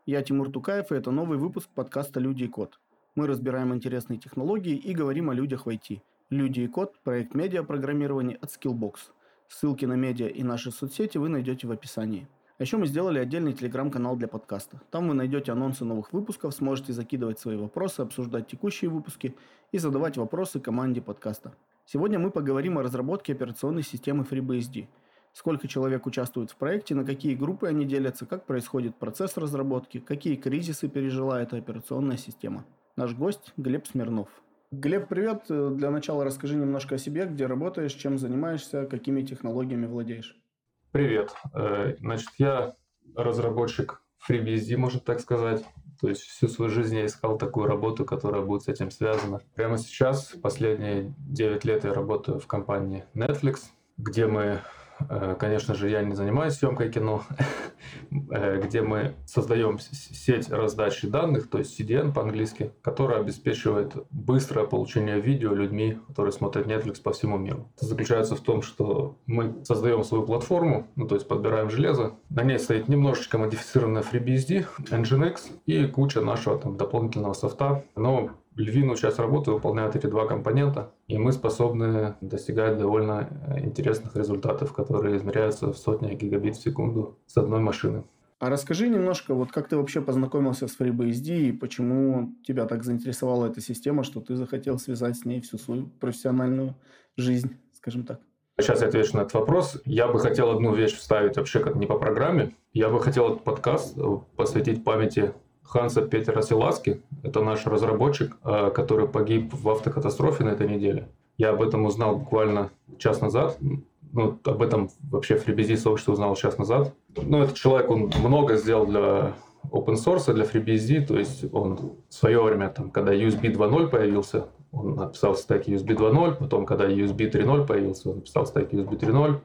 Я Тимур Тукаев, и это новый выпуск подкаста «Люди и код». Мы разбираем интересные технологии и говорим о людях в IT. «Люди и код» – проект медиапрограммирования от Skillbox. Ссылки на медиа и наши соцсети вы найдете в описании. А еще мы сделали отдельный телеграм-канал для подкаста. Там вы найдете анонсы новых выпусков, сможете закидывать свои вопросы, обсуждать текущие выпуски и задавать вопросы команде подкаста. Сегодня мы поговорим о разработке операционной системы FreeBSD. Сколько человек участвует в проекте, на какие группы они делятся, как происходит процесс разработки, какие кризисы пережила эта операционная система. Наш гость Глеб Смирнов. Глеб, привет. Для начала расскажи немножко о себе, где работаешь, чем занимаешься, какими технологиями владеешь. Привет. Значит, я разработчик FreeBSD, можно так сказать. То есть всю свою жизнь я искал такую работу, которая будет с этим связана. Прямо сейчас, последние 9 лет я работаю в компании Netflix, где мы, конечно же, я не занимаюсь съемкой кино, где мы создаем сеть раздачи данных, то есть CDN по-английски, которая обеспечивает быстрое получение видео людьми, которые смотрят Netflix по всему миру. Это заключается в том, что мы создаем свою платформу, то есть подбираем железо. На ней стоит немножечко модифицированная FreeBSD, Nginx и куча нашего дополнительного софта. Но львиную часть работы выполняют эти два компонента, и мы способны достигать довольно интересных результатов, которые измеряются в сотнях гигабит в секунду с одной машины. А расскажи немножко, как ты вообще познакомился с FreeBSD и почему тебя так заинтересовала эта система, что ты захотел связать с ней всю свою профессиональную жизнь, скажем так. Сейчас я отвечу на этот вопрос. Я бы хотел одну вещь вставить вообще как не по программе. Я бы хотел этот подкаст посвятить памяти Ханса Петера Селаски. Это наш разработчик, который погиб в автокатастрофе на этой неделе. Я об этом узнал буквально час назад. Об этом вообще FreeBSD сообщество узнал час назад. Этот человек, он много сделал для open source, для FreeBSD. То есть он в свое время, когда USB 2.0 появился, он написал стек USB 2.0. Потом, когда USB 3.0 появился, он написал стек USB 3.0.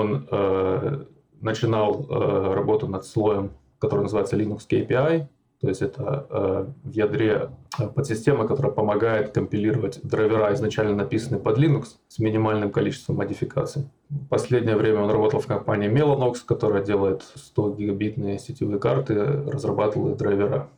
Он начинал работу над слоем, который называется Linux KPI. То есть это в ядре подсистема, которая помогает компилировать драйвера, изначально написанные под Linux, с минимальным количеством модификаций. В последнее время он работал в компании Mellanox, которая делает 100-гигабитные сетевые карты, разрабатывала драйвера.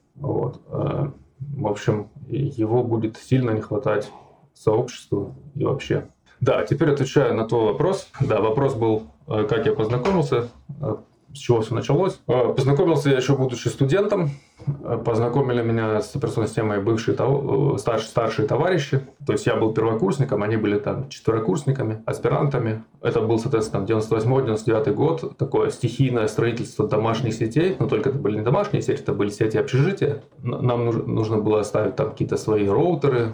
В общем, его будет сильно не хватать сообществу и вообще. Да, теперь отвечаю на твой вопрос. Да, вопрос был, как я познакомился, с чего все началось. Познакомился я еще будучи студентом. Познакомили меня с операционной системой бывшие старшие товарищи. То есть я был первокурсником, они были четверокурсниками, аспирантами. Это был, соответственно, 98-99 год. Такое стихийное строительство домашних сетей. Но только это были не домашние сети, это были сети общежития. Нам нужно было ставить какие-то свои роутеры,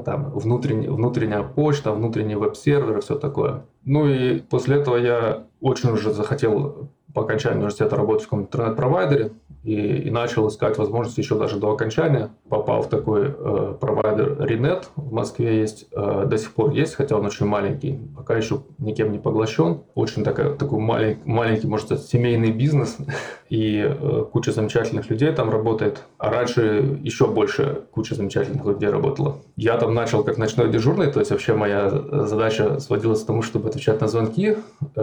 внутренняя почта, внутренний веб-сервер и все такое. И после этого я очень уже захотел по окончании университета работать в каком-то интернет-провайдере и начал искать возможности еще даже до окончания. Попал в такой провайдер Rinet в Москве есть, до сих пор есть, хотя он очень маленький, пока еще никем не поглощен. Очень такой маленький, можно сказать, семейный бизнес, и куча замечательных людей там работает. А раньше еще больше куча замечательных людей работала. Я там начал как ночной дежурный, то есть вообще моя задача сводилась к тому, чтобы отвечать на звонки,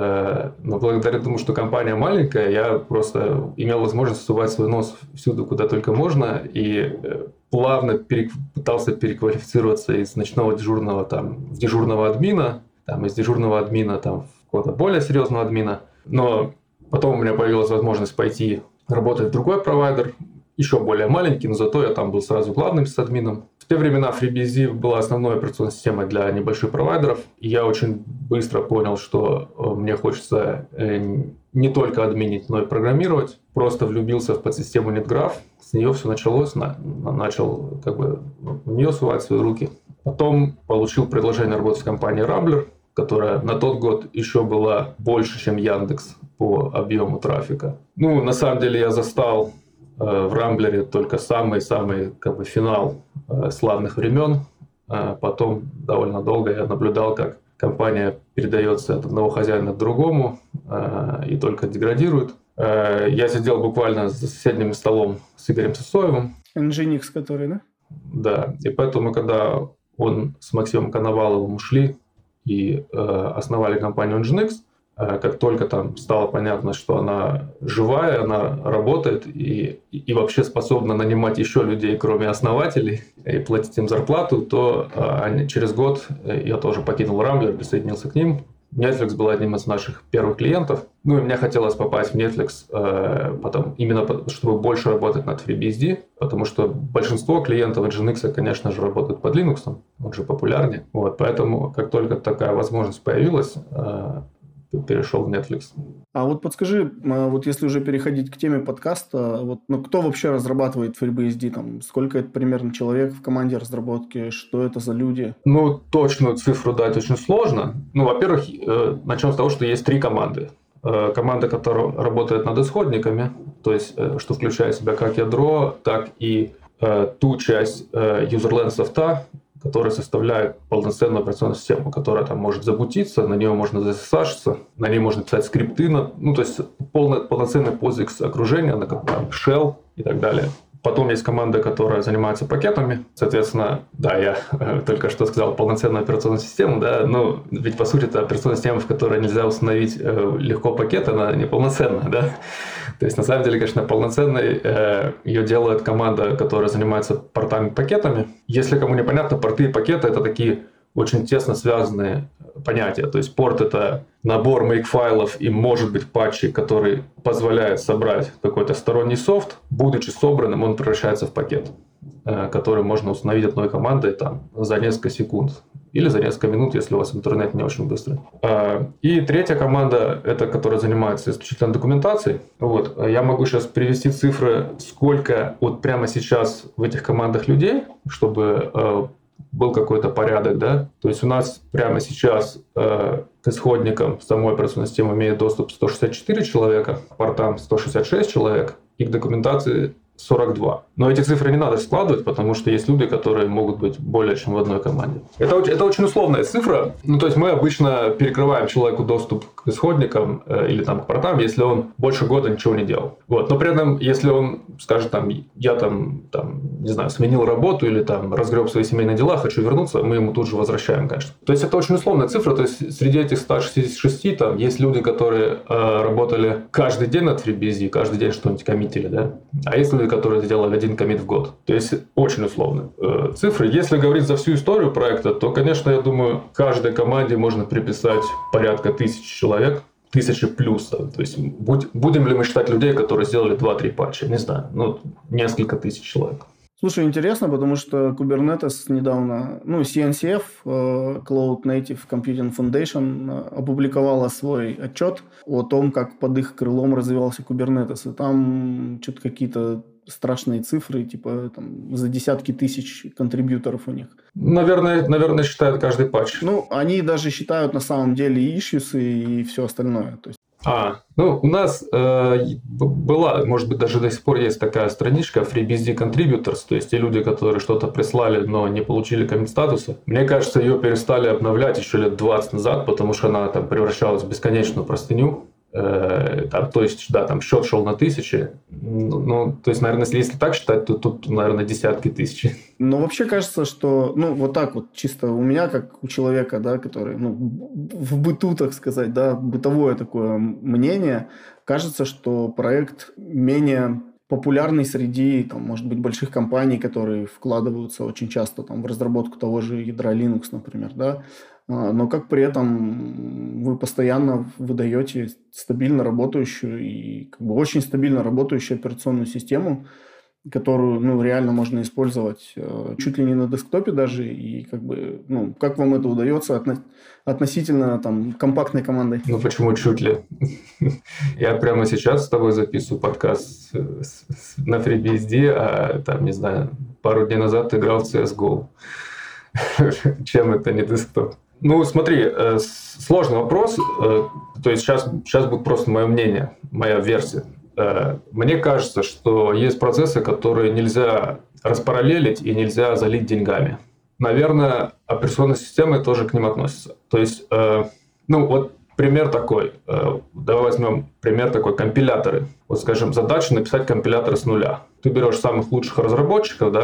но благодаря тому, что компания маленькая, я просто имел возможность сувать свой нос всюду, куда только можно, и плавно пытался переквалифицироваться из ночного дежурного в дежурного админа, из дежурного админа в какого-то более серьезного админа. Но потом у меня появилась возможность пойти работать в другой провайдер, еще более маленький, но зато я там был сразу главным сисадмином. В те времена FreeBSD была основной операционной системой для небольших провайдеров, и я очень быстро понял, что мне хочется не только админить, но и программировать. Просто влюбился в подсистему NetGraph, с нее все началось, начал в нее сувать свои руки. Потом получил предложение работать в компании Rambler, которая на тот год еще была больше, чем Яндекс по объему трафика. На самом деле я застал в Рамблере только самый-самый финал славных времен. Потом довольно долго я наблюдал, как компания передается от одного хозяина к другому и только деградирует. Я сидел буквально за соседним столом с Игорем Сысоевым. Nginx, который, да? Да, и поэтому, когда он с Максимом Коноваловым ушли и основали компанию Nginx, как только там стало понятно, что она живая, она работает и вообще способна нанимать еще людей, кроме основателей, и платить им зарплату, то через год я тоже покинул Rambler, присоединился к ним. Netflix был одним из наших первых клиентов. Ну и мне хотелось попасть в Netflix, чтобы больше работать над FreeBSD, потому что большинство клиентов Nginx, конечно же, работают под Linux, он же популярнее. Вот, поэтому, как только такая возможность появилась, перешел в Netflix. А вот подскажи, вот если уже переходить к теме подкаста, вот, кто вообще разрабатывает FreeBSD? Там, сколько это примерно человек в команде разработки? Что это за люди? Точную цифру дать очень сложно. Во-первых, начнем с того, что есть 3 команды. Команда, которая работает над исходниками, то есть, что включает в себя как ядро, так и ту часть userland софта, которая составляет полноценную операционную систему, которая там может забутиться, на нее можно засашиться, на ней можно писать скрипты, то есть полноценный POSIX окружение, там shell и так далее. Потом есть команда, которая занимается пакетами. Соответственно, да, я только что сказал полноценную операционную систему, да, ведь по сути это операционная система, в которой нельзя установить легко пакет, она неполноценная, да. То есть на самом деле, конечно, полноценной ее делает команда, которая занимается портами-пакетами. Если кому непонятно, порты и пакеты это такие очень тесно связанные понятия. То есть порт — это набор make-файлов и, может быть, патчей, который позволяет собрать какой-то сторонний софт. Будучи собранным, он превращается в пакет, который можно установить одной командой там, за несколько секунд или за несколько минут, если у вас интернет не очень быстрый. И третья команда — это которая занимается исключительно документацией. Вот. Я могу сейчас привести цифры, сколько вот прямо сейчас в этих командах людей, чтобы был какой-то порядок, да. То есть у нас прямо сейчас к исходникам самой операционной системы имеет доступ 164 человека, к портам 166 человек и к документации 42. Но эти цифры не надо складывать, потому что есть люди, которые могут быть более чем в одной команде. Это очень условная цифра. То есть мы обычно перекрываем человеку доступ к исходникам или там, к портам, если он больше года ничего не делал. Вот. Но при этом, если он скажет, я не знаю, сменил работу или разгреб свои семейные дела, хочу вернуться, мы ему тут же возвращаем, конечно. То есть это очень условная цифра. То есть среди этих 166 есть люди, которые работали каждый день над FreeBSD, каждый день что-нибудь коммитили, да? А есть люди, которые сделали 1 коммит в год. То есть очень условные цифры. Если говорить за всю историю проекта, то, конечно, я думаю, каждой команде можно приписать порядка 1000 человек, 1000 плюс. То есть будем ли мы считать людей, которые сделали 2-3 патча? Не знаю. Несколько тысяч человек. Слушай, интересно, потому что Kubernetes недавно, CNCF, Cloud Native Computing Foundation, опубликовала свой отчет о том, как под их крылом развивался Kubernetes. И там что-то какие-то страшные цифры, за десятки тысяч контрибьюторов у них. Наверное, считают каждый патч. Они даже считают на самом деле issues и все остальное. То есть... у нас была, может быть, даже до сих пор есть такая страничка FreeBSD Contributors, то есть те люди, которые что-то прислали, но не получили коммит статуса. Мне кажется, ее перестали обновлять еще лет 20 назад, потому что она превращалась в бесконечную простыню. Счет шел на 1000. То есть, наверное, если так считать, то тут, наверное, десятки тысяч. Вообще кажется, что, вот так вот, чисто у меня, как у человека, да, который, в быту, так сказать, да, бытовое такое мнение, кажется, что проект менее популярный среди, может быть, больших компаний, которые вкладываются очень часто в разработку того же ядра Linux, например, да, но как при этом вы постоянно выдаете стабильно работающую и очень стабильно работающую операционную систему, которую реально можно использовать чуть ли не на десктопе даже, и как вам это удается относительно компактной командой? Почему чуть ли? Я прямо сейчас с тобой записываю подкаст на FreeBSD, а не знаю, пару дней назад играл в CSGO. Чем это не десктоп? Смотри, сложный вопрос. То есть сейчас будет просто мое мнение, моя версия. Мне кажется, что есть процессы, которые нельзя распараллелить и нельзя залить деньгами. Наверное, операционные системы тоже к ним относятся. То есть, пример такой. Давай возьмем пример такой: компиляторы. Скажем, задача написать компилятор с нуля. Ты берешь самых лучших разработчиков, да,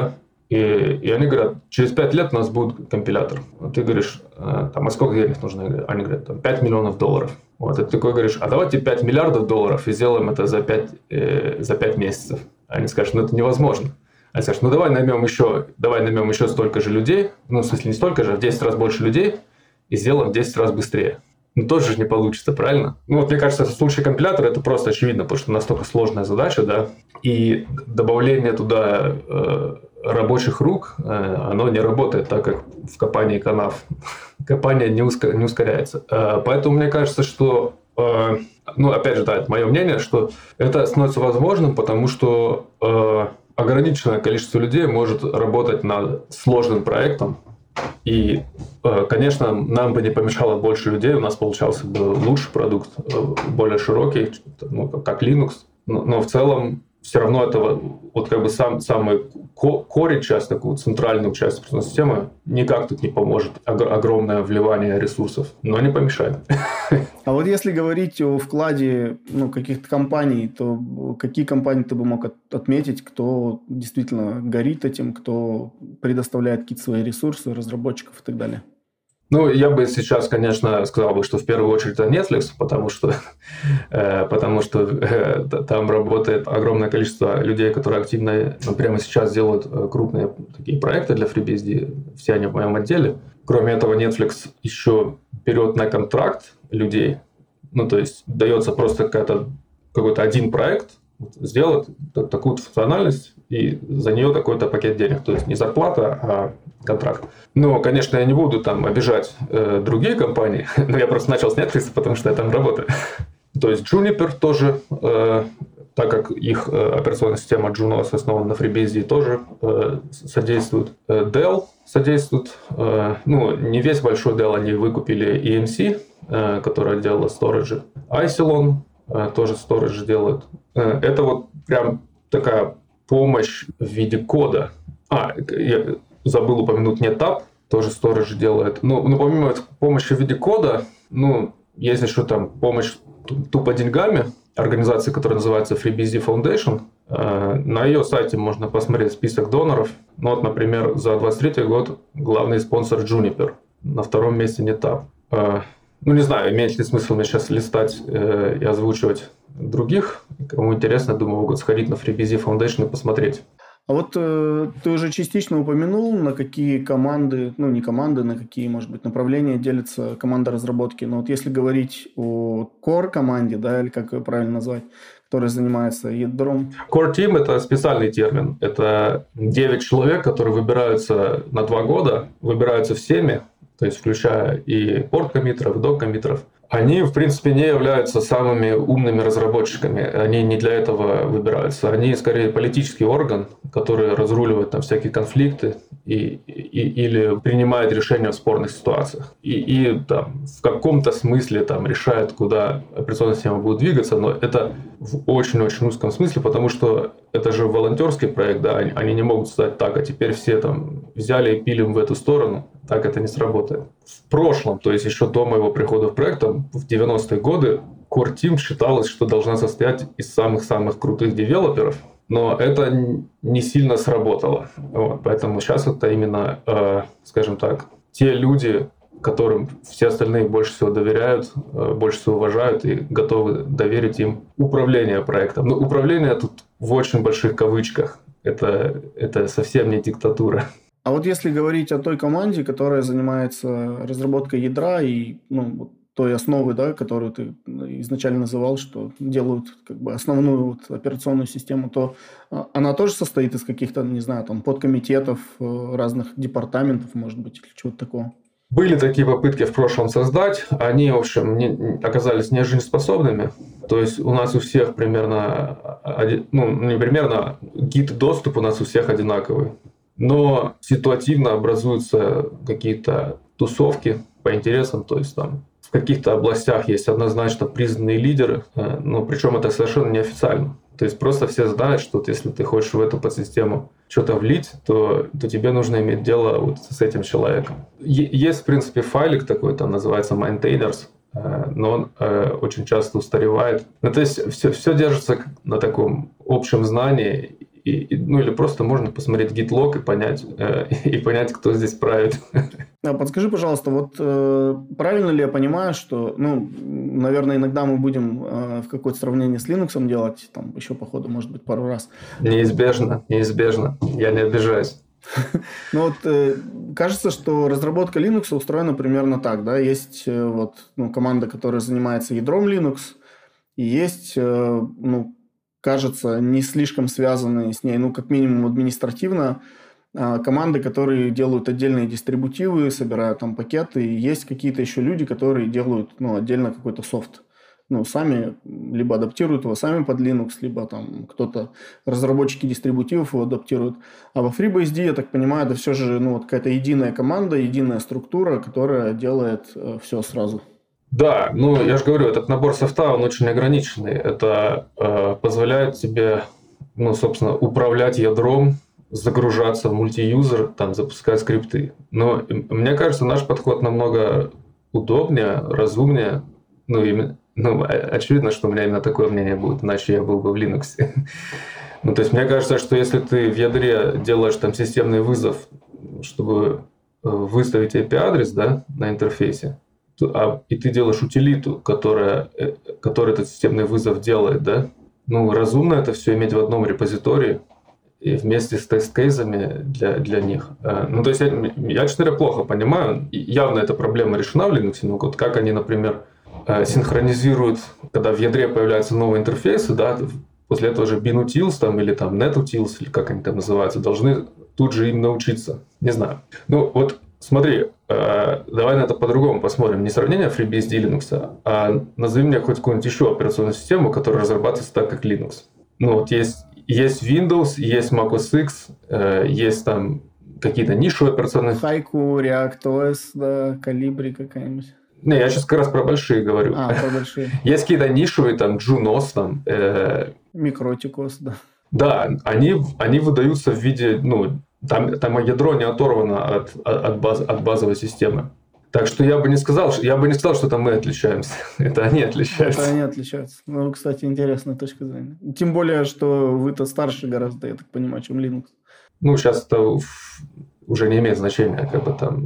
И они говорят, через 5 лет у нас будет компилятор. Ты говоришь, там, а сколько денег нужно? Они говорят, там, $5 миллионов. Вот, и ты такой говоришь, а давайте $5 миллиардов и сделаем это за 5 месяцев. Они скажут, это невозможно. Они скажут, давай наймем еще столько же людей, в смысле не столько же, а в 10 раз больше людей, и сделаем в 10 раз быстрее. Тоже же не получится, правильно? Мне кажется, в случае компилятора это просто очевидно, потому что настолько сложная задача, да, и добавление туда рабочих рук, оно не работает так, как в копании канав. Копание не ускоряется. Поэтому мне кажется, что, опять же, да, это мое мнение, что это становится возможным, потому что ограниченное количество людей может работать над сложным проектом. И, конечно, нам бы не помешало больше людей, у нас получался бы лучший продукт, более широкий, как Linux. Но в целом все равно это самый корень часть, такую центральную часть операционной системы никак тут не поможет. Огромное вливание ресурсов, но не помешает. А вот если говорить о вкладе каких-то компаний, то какие компании ты бы мог отметить, кто действительно горит этим, кто предоставляет какие-то свои ресурсы, разработчиков и так далее? Я бы сейчас, конечно, сказал, что в первую очередь это Netflix, потому что там работает огромное количество людей, которые активно прямо сейчас делают крупные такие проекты для FreeBSD, все они в моем отделе. Кроме этого, Netflix еще берет на контракт людей, то есть дается просто какой-то один проект, сделать такую функциональность, и за нее такой-то пакет денег. То есть не зарплата, а контракт. Но, конечно, я не буду там обижать другие компании, но я просто начал с Netflix, потому что я там работаю. То есть Juniper тоже, так как их операционная система Junos основана на FreeBSD, тоже содействует. Dell содействует. Не весь большой Dell, они выкупили EMC, которая делала storage. Isilon тоже storage делает. Это прям такая помощь в виде кода. Я забыл упомянуть NetApp, тоже storage делает. Помимо помощи в виде кода, есть еще там помощь тупо деньгами организации, которая называется FreeBSD Foundation. На ее сайте можно посмотреть список доноров. Например, за 2023 год главный спонсор Juniper, на втором месте NetApp. Не знаю, имеет ли смысл мне сейчас листать и озвучивать других. Кому интересно, думаю, могут сходить на FreeBSD Foundation и посмотреть. А вот ты уже частично упомянул, на какие команды, не команды, на какие, может быть, направления делится команда разработки. Но вот если говорить о core-команде, да, или как ее правильно назвать, которая занимается ядром. Core Team – это специальный термин. Это 9 человек, которые выбираются на 2 года, выбираются всеми, то есть включая и порт-коммитеров, и док-коммитеров. Они, в принципе, не являются самыми умными разработчиками. Они не для этого выбираются. Они, скорее, политический орган, который разруливает там всякие конфликты или принимает решения в спорных ситуациях. И там, в каком-то смысле там, решает, куда операционная система будет двигаться, но это в очень-очень узком смысле, потому что это же волонтерский проект, да, они не могут сказать так, а теперь все там взяли и пилим в эту сторону. Так это не сработает. В прошлом, то есть еще до моего прихода в проект, в 90-е годы, Core Team считалось, что должна состоять из самых-самых крутых девелоперов, но это не сильно сработало. Поэтому сейчас это именно, скажем так, те люди, которым все остальные больше всего доверяют, больше всего уважают и готовы доверить им управление проектом. Но управление тут в очень больших кавычках. Это совсем не диктатура. А вот если говорить о той команде, которая занимается разработкой ядра и той основы, да, которую ты изначально называл, что делают основную операционную систему, то она тоже состоит из каких-то, не знаю, там подкомитетов, разных департаментов, может быть, или чего-то такого? Были такие попытки в прошлом создать. Они, в общем, оказались нежизнеспособными. То есть у нас у всех примерно, не примерно, гид-доступ у нас у всех одинаковый. Но ситуативно образуются какие-то тусовки по интересам, то есть там в каких-то областях есть однозначно признанные лидеры, но причем это совершенно неофициально. То есть просто все знают, что если ты хочешь в эту подсистему что-то влить, то тебе нужно иметь дело с этим человеком. Есть, в принципе, файлик такой, там называется maintainers, но он очень часто устаревает. То есть все держится на таком общем знании, ну или просто можно посмотреть гитлог и понять, кто здесь правит. Подскажи, пожалуйста, вот правильно ли я понимаю, что, ну, наверное, иногда мы будем в какое-то сравнение с Linux делать, там еще, походу, может быть, пару раз. Неизбежно. Я не обижаюсь. Ну вот кажется, что разработка Linux устроена примерно так, да, есть команда, которая занимается ядром Linux, и есть, кажется, не слишком связанные с ней, как минимум административно, команды, которые делают отдельные дистрибутивы, собирают там пакеты, и есть какие-то еще люди, которые делают, отдельно какой-то софт. Сами либо адаптируют его сами под Linux, либо там кто-то, разработчики дистрибутивов его адаптируют. А во FreeBSD, я так понимаю, это все же какая-то единая команда, единая структура, которая делает все сразу. Да, я же говорю, этот набор софта, он очень ограниченный. Это позволяет тебе, собственно, управлять ядром, загружаться в мультиюзер, там, запускать скрипты. Но мне кажется, наш подход намного удобнее, разумнее. Очевидно, что у меня именно такое мнение будет, иначе я был бы в Linux. То есть мне кажется, что если ты в ядре делаешь там системный вызов, чтобы выставить IP-адрес, да, на интерфейсе, и ты делаешь утилиту, которая этот системный вызов делает, да, разумно это все иметь в одном репозитории и вместе с тест-кейсами для них. То есть я, честно говоря, плохо понимаю. Явно эта проблема решена в Linux. Вот как они, например, синхронизируют, когда в ядре появляются новые интерфейсы, да, после этого же binutils там, или там netutils, или как они там называются, должны тут же им научиться. Не знаю. Смотри, давай на это по-другому посмотрим. Не сравнение FreeBSD и Linux, а назови мне хоть какую-нибудь еще операционную систему, которая разрабатывается так, как Linux. Есть Windows, есть macOS X, есть там какие-то нишевые операционные... Haiku, React OS, да, Calibri какая-нибудь. Не, я сейчас как раз про большие говорю. Про большие. Есть какие-то нишевые, там, Junos, там... Microticos, да. Да, они выдаются в виде... Там ядро не оторвано от базовой системы. Так что я бы не сказал, что там мы отличаемся. Это они отличаются. Это они отличаются. Кстати, интересная точка зрения. Тем более, что вы-то старше гораздо, я так понимаю, чем Linux. Сейчас это уже не имеет значения, как бы там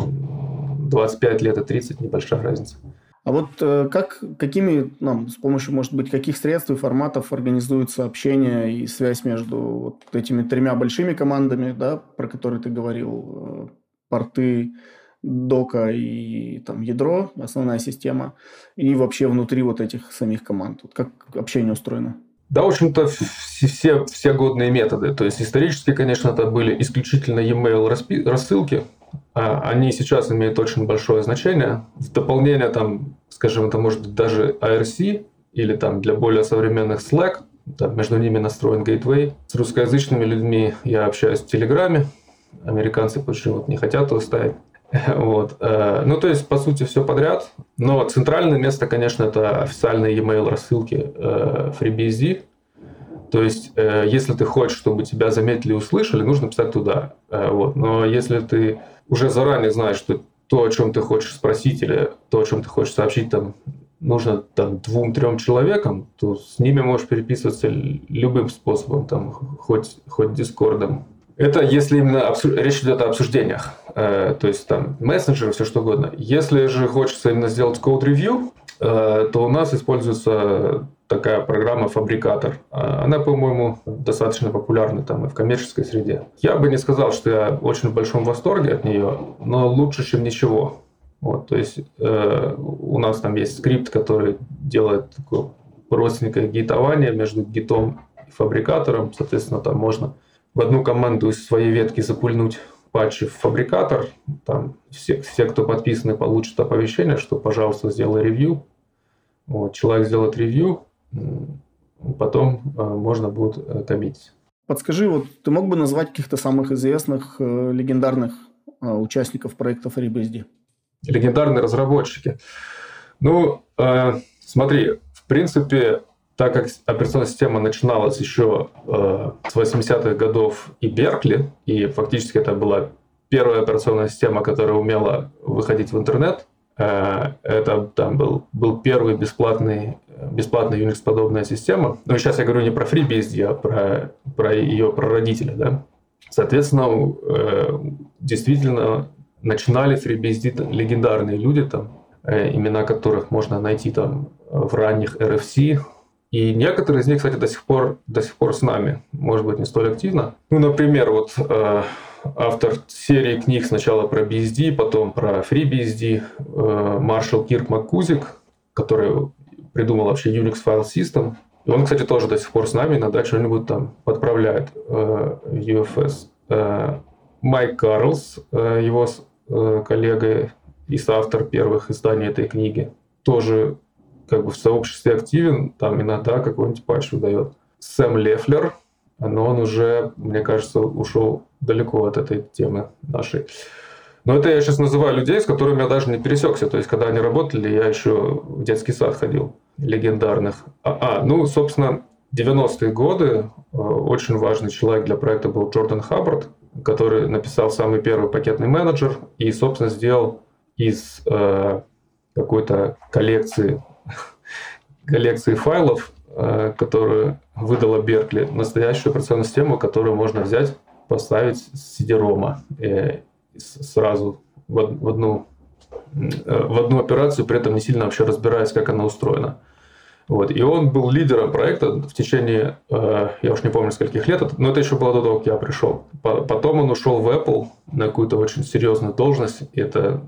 25 лет и 30, небольшая разница. А вот какими, с помощью, может быть, каких средств и форматов организуется общение и связь между этими тремя большими командами, да, про которые ты говорил, порты, дока и там ядро, основная система, и вообще внутри этих самих команд? Как общение устроено? Да, в общем-то, все годные методы. То есть, исторически, конечно, это были исключительно e-mail рассылки. Они сейчас имеют очень большое значение. В дополнение, там, скажем, это может быть даже IRC или там для более современных Slack. Там между ними настроен gateway. С русскоязычными людьми я общаюсь в Телеграме. Американцы почему-то не хотят его ставить. То есть, по сути, все подряд. Но центральное место, конечно, это официальные e-mail рассылки FreeBSD. То есть, если ты хочешь, чтобы тебя заметили и услышали, нужно писать туда. Но если ты уже заранее знаешь, что то, о чем ты хочешь спросить, или то, о чем ты хочешь сообщить, там нужно 2-3 человекам, то с ними можешь переписываться любым способом, там, хоть Дискордом. Это если именно речь идет о обсуждениях, то есть там мессенджеры, все что угодно. Если же хочется именно сделать код-ревью, то у нас используется такая программа «Фабрикатор». Она, по-моему, достаточно популярна там и в коммерческой среде. Я бы не сказал, что я очень в большом восторге от нее, но лучше, чем ничего. То есть у нас там есть скрипт, который делает такое родственное гитование между гитом и фабрикатором. Соответственно, там можно в одну команду из своей ветки запульнуть патчи в фабрикатор. Там все, кто подписаны, получат оповещение, что, пожалуйста, сделай ревью. Человек сделает ревью, потом можно будет коммитить. Подскажи, ты мог бы назвать каких-то самых известных, легендарных участников проекта FreeBSD? Легендарные разработчики. Смотри, в принципе, так как операционная система начиналась еще с 80-х годов и Беркли, и фактически это была первая операционная система, которая умела выходить в интернет, это там был первый бесплатный бесплатная Unix-подобная система. Но сейчас я говорю не про FreeBSD, а про ее прародителя. Да? Соответственно, действительно начинали FreeBSD легендарные люди, там, имена которых можно найти там в ранних RFC. И некоторые из них, кстати, до сих пор с нами, может быть, не столь активно. Ну, например, вот автор серии книг сначала про BSD, потом про FreeBSD, Маршал Кирк Маккузик, который придумал вообще Unix File System. И он, кстати, тоже до сих пор с нами, иногда что-нибудь там подправляет в UFS. Майк Карлс, его коллега и соавтор первых изданий этой книги, тоже как бы в сообществе активен, там иногда какой-нибудь патч выдает. Сэм Лефлер, но он уже, мне кажется, ушел далеко от этой темы нашей. Но это я сейчас называю людей, с которыми я даже не пересекся. То есть, когда они работали, я еще в детский сад ходил, легендарных. Ну, собственно, 90-е годы очень важный человек для проекта был Джордан Хаббард, который написал самый первый пакетный менеджер и, собственно, сделал из какой-то коллекции файлов, которую выдала Беркли, настоящую операционную систему, которую можно взять, поставить с CD-ROM сразу в одну операцию, при этом не сильно вообще разбираясь, как она устроена. Вот. И он был лидером проекта в течение, я уж не помню, скольких лет, но это еще было до того, как я пришел. Потом он ушел в Apple на какую-то очень серьезную должность. И это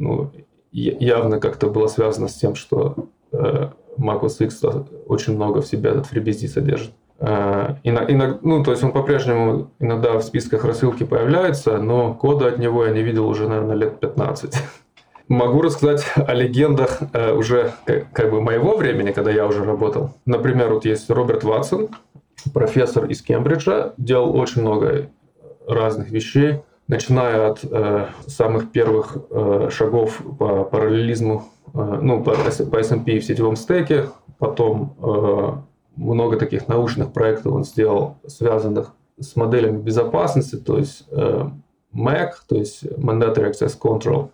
явно как-то было связано с тем, что Mac OS X очень много в себе этот FreeBSD содержит. То есть он по-прежнему иногда в списках рассылки появляется, но кода от него я не видел уже, наверное, лет 15. Могу рассказать о легендах уже как бы моего времени, когда я уже работал. Например, вот есть Роберт Ватсон, профессор из Кембриджа, делал очень много разных вещей, начиная от самых первых шагов по параллелизму, по SMP в сетевом стеке, потом много таких научных проектов он сделал, связанных с моделями безопасности, то есть MAC, то есть Mandatory Access Control,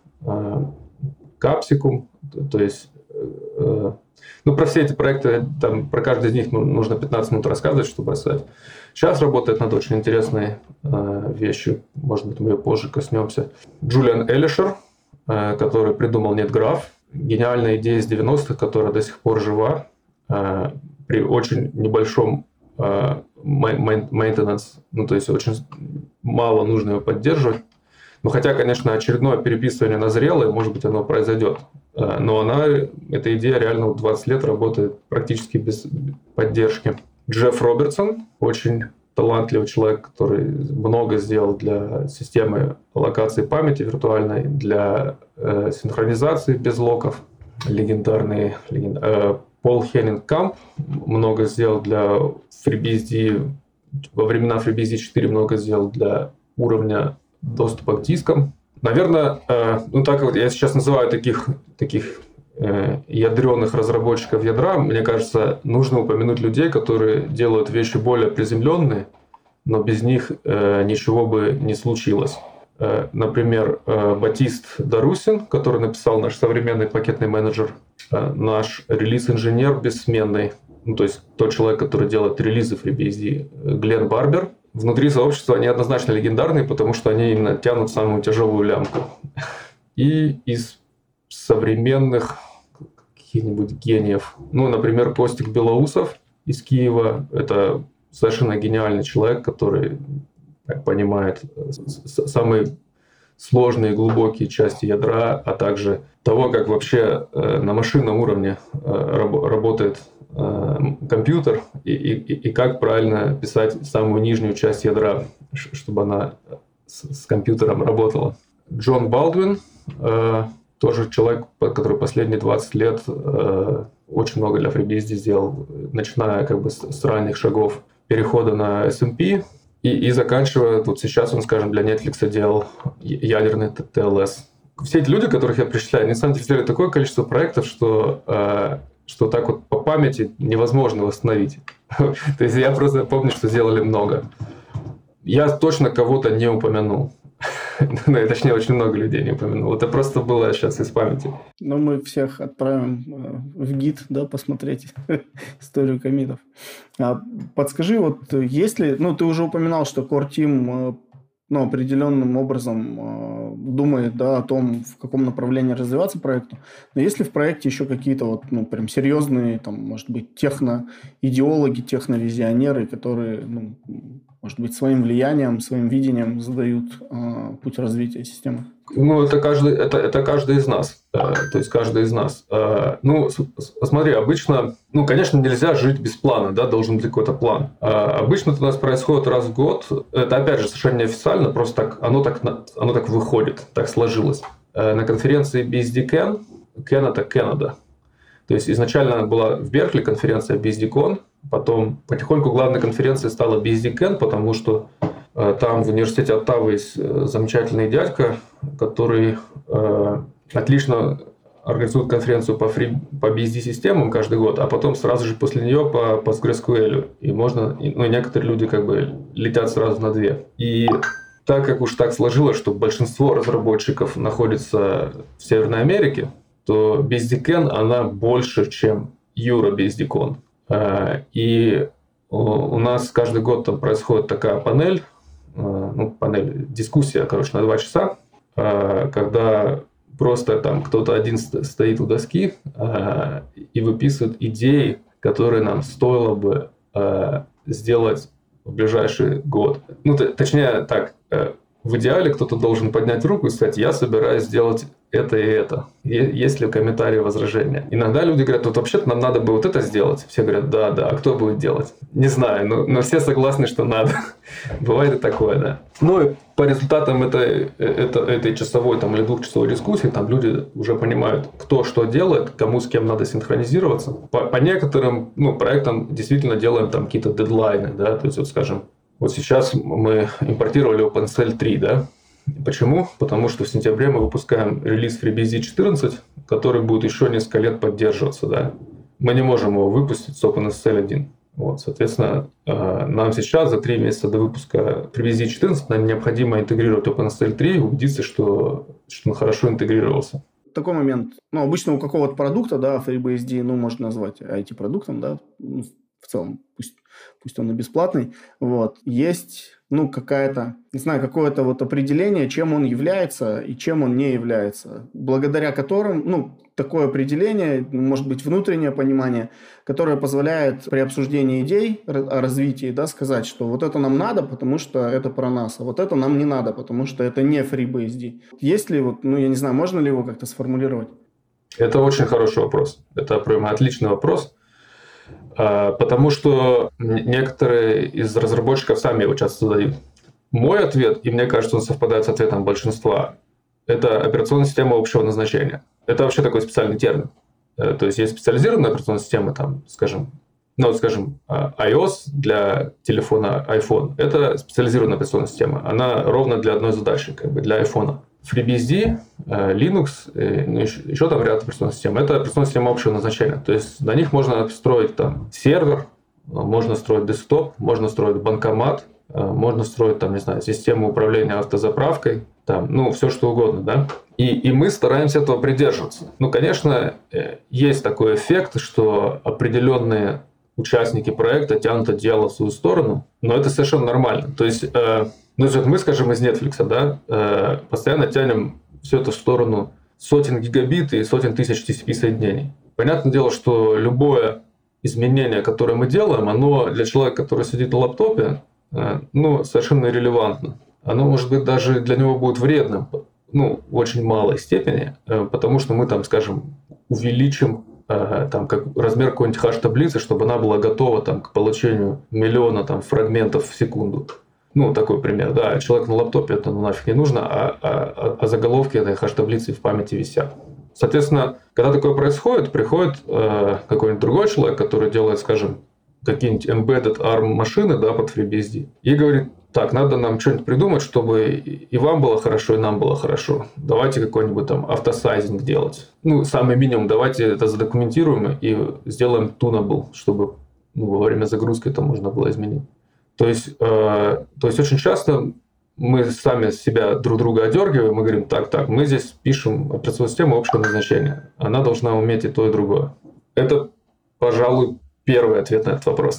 Capsicum, то есть про все эти проекты, там, про каждый из них нужно 15 минут рассказывать, чтобы рассказать. Сейчас работает над очень интересной вещью, может быть, мы ее позже коснемся. Джулиан Элишер, который придумал NetGraph, гениальная идея из 90-х, которая до сих пор жива, при очень небольшом maintenance, то есть очень мало нужно его поддерживать. Хотя, конечно, очередное переписывание назрело, и, может быть, оно произойдет. Но эта идея реально 20 лет работает практически без поддержки. Джефф Робертсон, очень талантливый человек, который много сделал для системы аллокации памяти виртуальной, для синхронизации без локов. Легендарный Пол Хеннингкамп много сделал для FreeBSD, во времена FreeBSD 4 много сделал для уровня доступа к дискам. Наверное, так вот я сейчас называю таких ядреных разработчиков ядра, мне кажется, нужно упомянуть людей, которые делают вещи более приземленные, но без них ничего бы не случилось. Например, Батист Дарусин, который написал наш современный пакетный менеджер, наш релиз-инженер бессменный, то есть тот человек, который делает релизы FreeBSD, Глен Барбер. Внутри сообщества они однозначно легендарные, потому что они именно тянут самую тяжелую лямку. И из современных каких-нибудь гениев, например, Костик Белоусов из Киева, это совершенно гениальный человек, который понимает самые сложные и глубокие части ядра, а также того, как вообще на машинном уровне работает компьютер и как правильно писать самую нижнюю часть ядра, чтобы она с компьютером работала. Джон Балдвин, тоже человек, который последние 20 лет очень много для FreeBSD сделал, начиная с ранних шагов перехода на SMP и заканчивая, вот сейчас он, скажем, для Netflix делал ядерный TLS. Все эти люди, которых я перечисляю, они на самом деле сделали такое количество проектов, что так вот по памяти невозможно восстановить. То есть я просто помню, что сделали много. Я точно кого-то не упомянул. Ну, точнее, очень много людей не упомянул. Это просто было сейчас из памяти. Но мы всех отправим в гид, да, посмотреть историю коммитов. Подскажи, вот есть ли... Ну, ты уже упоминал, что Core Team определенным образом думает, да, о том, в каком направлении развиваться проекту. Но есть ли в проекте еще какие-то вот, прям серьезные, там, может быть, техноидеологи, техновизионеры, которые, может быть, своим влиянием, своим видением задают путь развития системы? Ну, это каждый из нас. То есть каждый из нас. Ну, смотри, обычно, конечно, нельзя жить без плана, да, должен быть какой-то план. Обычно это у нас происходит раз в год. Это, опять же, совершенно неофициально, просто оно так выходит, так сложилось. На конференции BSDCan, Can это Canada. То есть изначально была в Беркли конференция BSDCon, потом потихоньку главной конференцией стала BSDCan, потому что там в университете Оттавы есть замечательный дядька, который отлично организует конференцию по BSD-системам каждый год, а потом сразу же после нее по PostgreSQL. И некоторые люди как бы летят сразу на две. И так как уж так сложилось, что большинство разработчиков находится в Северной Америке, то BSDCan, она больше, чем EuroBSDCon. И у нас каждый год там происходит такая дискуссия, на 2 часа, когда просто там кто-то один стоит у доски и выписывает идеи, которые нам стоило бы сделать в ближайший год. Точнее так, в идеале кто-то должен поднять руку и сказать: я собираюсь сделать это и это. Есть ли комментарии, возражения? Иногда люди говорят: вот вообще-то нам надо бы вот это сделать. Все говорят: да, а кто будет делать? Не знаю, но все согласны, что надо. Бывает и такое, да. И по результатам этой часовой или 2-часовой дискуссии там люди уже понимают, кто что делает, кому с кем надо синхронизироваться. По некоторым проектам действительно делаем там какие-то дедлайны, да, то есть вот скажем, вот сейчас мы импортировали OpenCL 3, да. Почему? Потому что в сентябре мы выпускаем релиз FreeBSD 14, который будет еще несколько лет поддерживаться, да. Мы не можем его выпустить с OpenSSL 1. Соответственно, нам сейчас за 3 месяца до выпуска FreeBSD 14 нам необходимо интегрировать OpenSSL 3 и убедиться, что он хорошо интегрировался. Такой момент. Обычно у какого-то продукта, да, FreeBSD, можно назвать IT-продуктом, да, в целом, пусть он и бесплатный, есть, какая-то, не знаю, какое-то определение, чем он является и чем он не является, благодаря которым, такое определение, может быть, внутреннее понимание, которое позволяет при обсуждении идей о развитии, да, сказать, что вот это нам надо, потому что это про нас, а вот это нам не надо, потому что это не FreeBSD. Есть ли я не знаю, можно ли его как-то сформулировать? Это очень хороший вопрос. Это прямо отличный вопрос. Потому что некоторые из разработчиков сами его часто задают. Мой ответ, и мне кажется, он совпадает с ответом большинства, это операционная система общего назначения. Это вообще такой специальный термин. То есть есть специализированная операционная система, скажем, iOS для телефона iPhone. Это специализированная операционная система. Она ровно для одной задачи, для iPhone. FreeBSD, Linux, еще там ряд операционных систем. Это операционная система общего назначения. То есть на них можно строить сервер, можно строить десктоп, можно строить банкомат, можно строить систему управления автозаправкой, все что угодно, да. И мы стараемся этого придерживаться. Конечно, есть такой эффект, что определенные участники проекта тянут дело в свою сторону, но это совершенно нормально. То есть мы, скажем, из Netflix, да, постоянно тянем все это в сторону сотен гигабит и сотен тысяч TCP-соединений. Понятное дело, что любое изменение, которое мы делаем, оно для человека, который сидит на лаптопе, совершенно иррелевантно. Оно, может быть, даже для него будет вредным, в очень малой степени, потому что мы, скажем, увеличим размер какой-нибудь хаш-таблицы, чтобы она была готова к получению миллиона фрагментов в секунду. Такой пример. Да, человек на лаптопе это нафиг не нужно, а заголовки этой хаш-таблицы в памяти висят. Соответственно, когда такое происходит, приходит какой-нибудь другой человек, который делает, скажем, какие-нибудь embedded ARM-машины, да, под FreeBSD, и говорит: так, надо нам что-нибудь придумать, чтобы и вам было хорошо, и нам было хорошо. Давайте какой-нибудь автосайзинг делать. Самый минимум, давайте это задокументируем и сделаем tunable, чтобы во время загрузки это можно было изменить. То есть очень часто мы сами себя друг друга одергиваем, мы говорим, так, мы здесь пишем операционную систему общего назначения. Она должна уметь и то, и другое. Это, пожалуй, первый ответ на этот вопрос.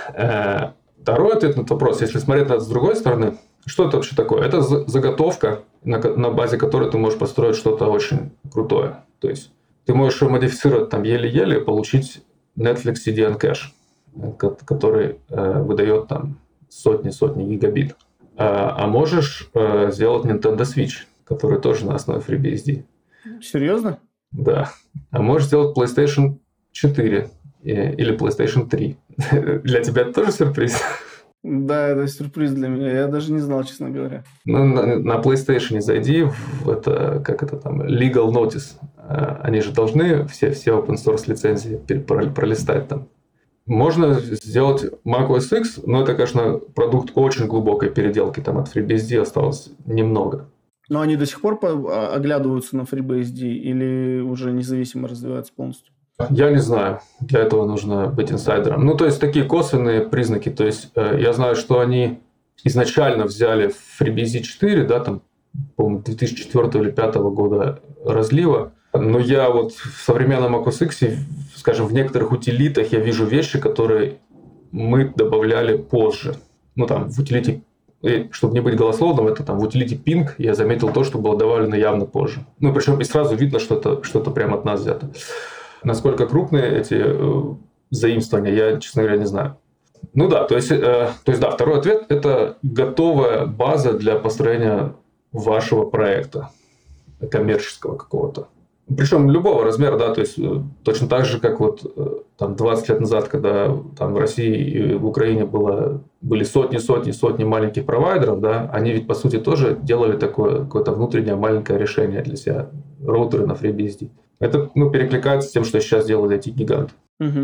Второй ответ на этот вопрос, если смотреть на это с другой стороны, что это вообще такое? Это заготовка, на базе которой ты можешь построить что-то очень крутое. То есть ты можешь ее модифицировать там еле-еле и получить Netflix CDN кэш, который выдает там сотни гигабит. А можешь сделать Nintendo Switch, который тоже на основе FreeBSD. Серьезно? Да. А можешь сделать PlayStation 4 или PlayStation 3. Для тебя это тоже сюрприз? Да, это сюрприз для меня. Я даже не знал, честно говоря. Ну, на PlayStation зайди в это, как это там, Legal Notice. Они же должны все open source лицензии пролистать там. Можно сделать macOS X, но это, конечно, продукт очень глубокой переделки. Там от FreeBSD осталось немного. Но они до сих пор оглядываются на FreeBSD или уже независимо развиваются полностью? Я не знаю. Для этого нужно быть инсайдером. Ну, то есть, такие косвенные признаки. То есть, я знаю, что они изначально взяли FreeBSD 4, да, там, по-моему, 2004 или 2005 года разлива. Но я вот в современном macOS X, скажем, в некоторых утилитах я вижу вещи, которые мы добавляли позже. Ну, там, в утилите, чтобы не быть голословным, это там в утилите Ping я заметил то, что было добавлено явно позже. Ну, причем и сразу видно, что это что-то прямо от нас взято. Насколько крупные эти заимствования, я, честно говоря, не знаю. Ну да, то есть да, второй ответ – это готовая база для построения вашего проекта коммерческого какого-то. Причем любого размера, да, то есть точно так же, как вот там 20 лет назад, когда там в России и в Украине были сотни маленьких провайдеров, да, они ведь по сути тоже делали такое какое-то внутреннее маленькое решение для себя, роутеры на FreeBSD. Это перекликается с тем, что сейчас делают эти гиганты.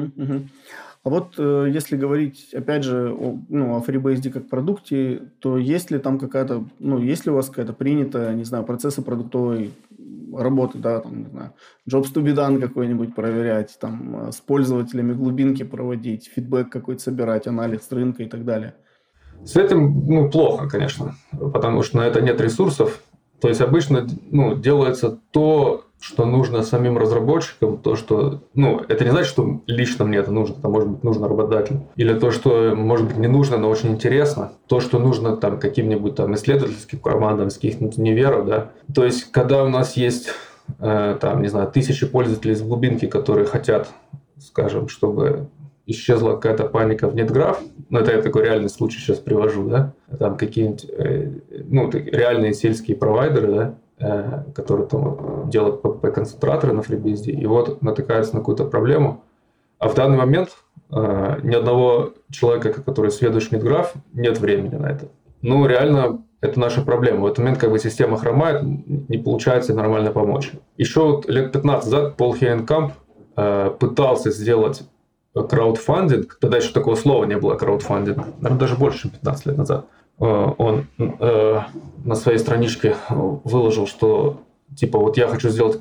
А вот если говорить, опять же, о FreeBSD как продукте, то есть ли там какая-то, есть ли у вас какая-то принятая, не знаю, процессы продуктовой работы, да, там, не знаю, jobs to be done какой-нибудь проверять, там, с пользователями глубинки проводить, фидбэк какой-то собирать, анализ рынка и так далее? С этим, плохо, конечно, потому что на это нет ресурсов. То есть обычно, делается то, что нужно самим разработчикам, то, что, это не значит, что лично мне это нужно, там, может быть, нужно работодателю. Или то, что, может быть, не нужно, но очень интересно. То, что нужно там каким-нибудь там исследовательским командам, с каких-нибудь универов, да. То есть, когда у нас есть, там, не знаю, тысячи пользователей из глубинки, которые хотят, скажем, чтобы исчезла какая-то паника в NetGraph, это я такой реальный случай сейчас привожу, да, там какие-нибудь, реальные сельские провайдеры, да, которые там делают PPP-концентраторы на FreeBSD, и вот натыкаются на какую-то проблему. А в данный момент ни одного человека, который сведущ в NetGraph, нет времени на это. Реально, это наша проблема. В этот момент система хромает, не получается нормально помочь. Еще вот лет 15 назад Пол Хейенкамп пытался сделать краудфандинг. Тогда еще такого слова не было, краудфандинг. Наверное, даже больше, чем 15 лет назад. Он на своей страничке выложил, что типа вот я хочу сделать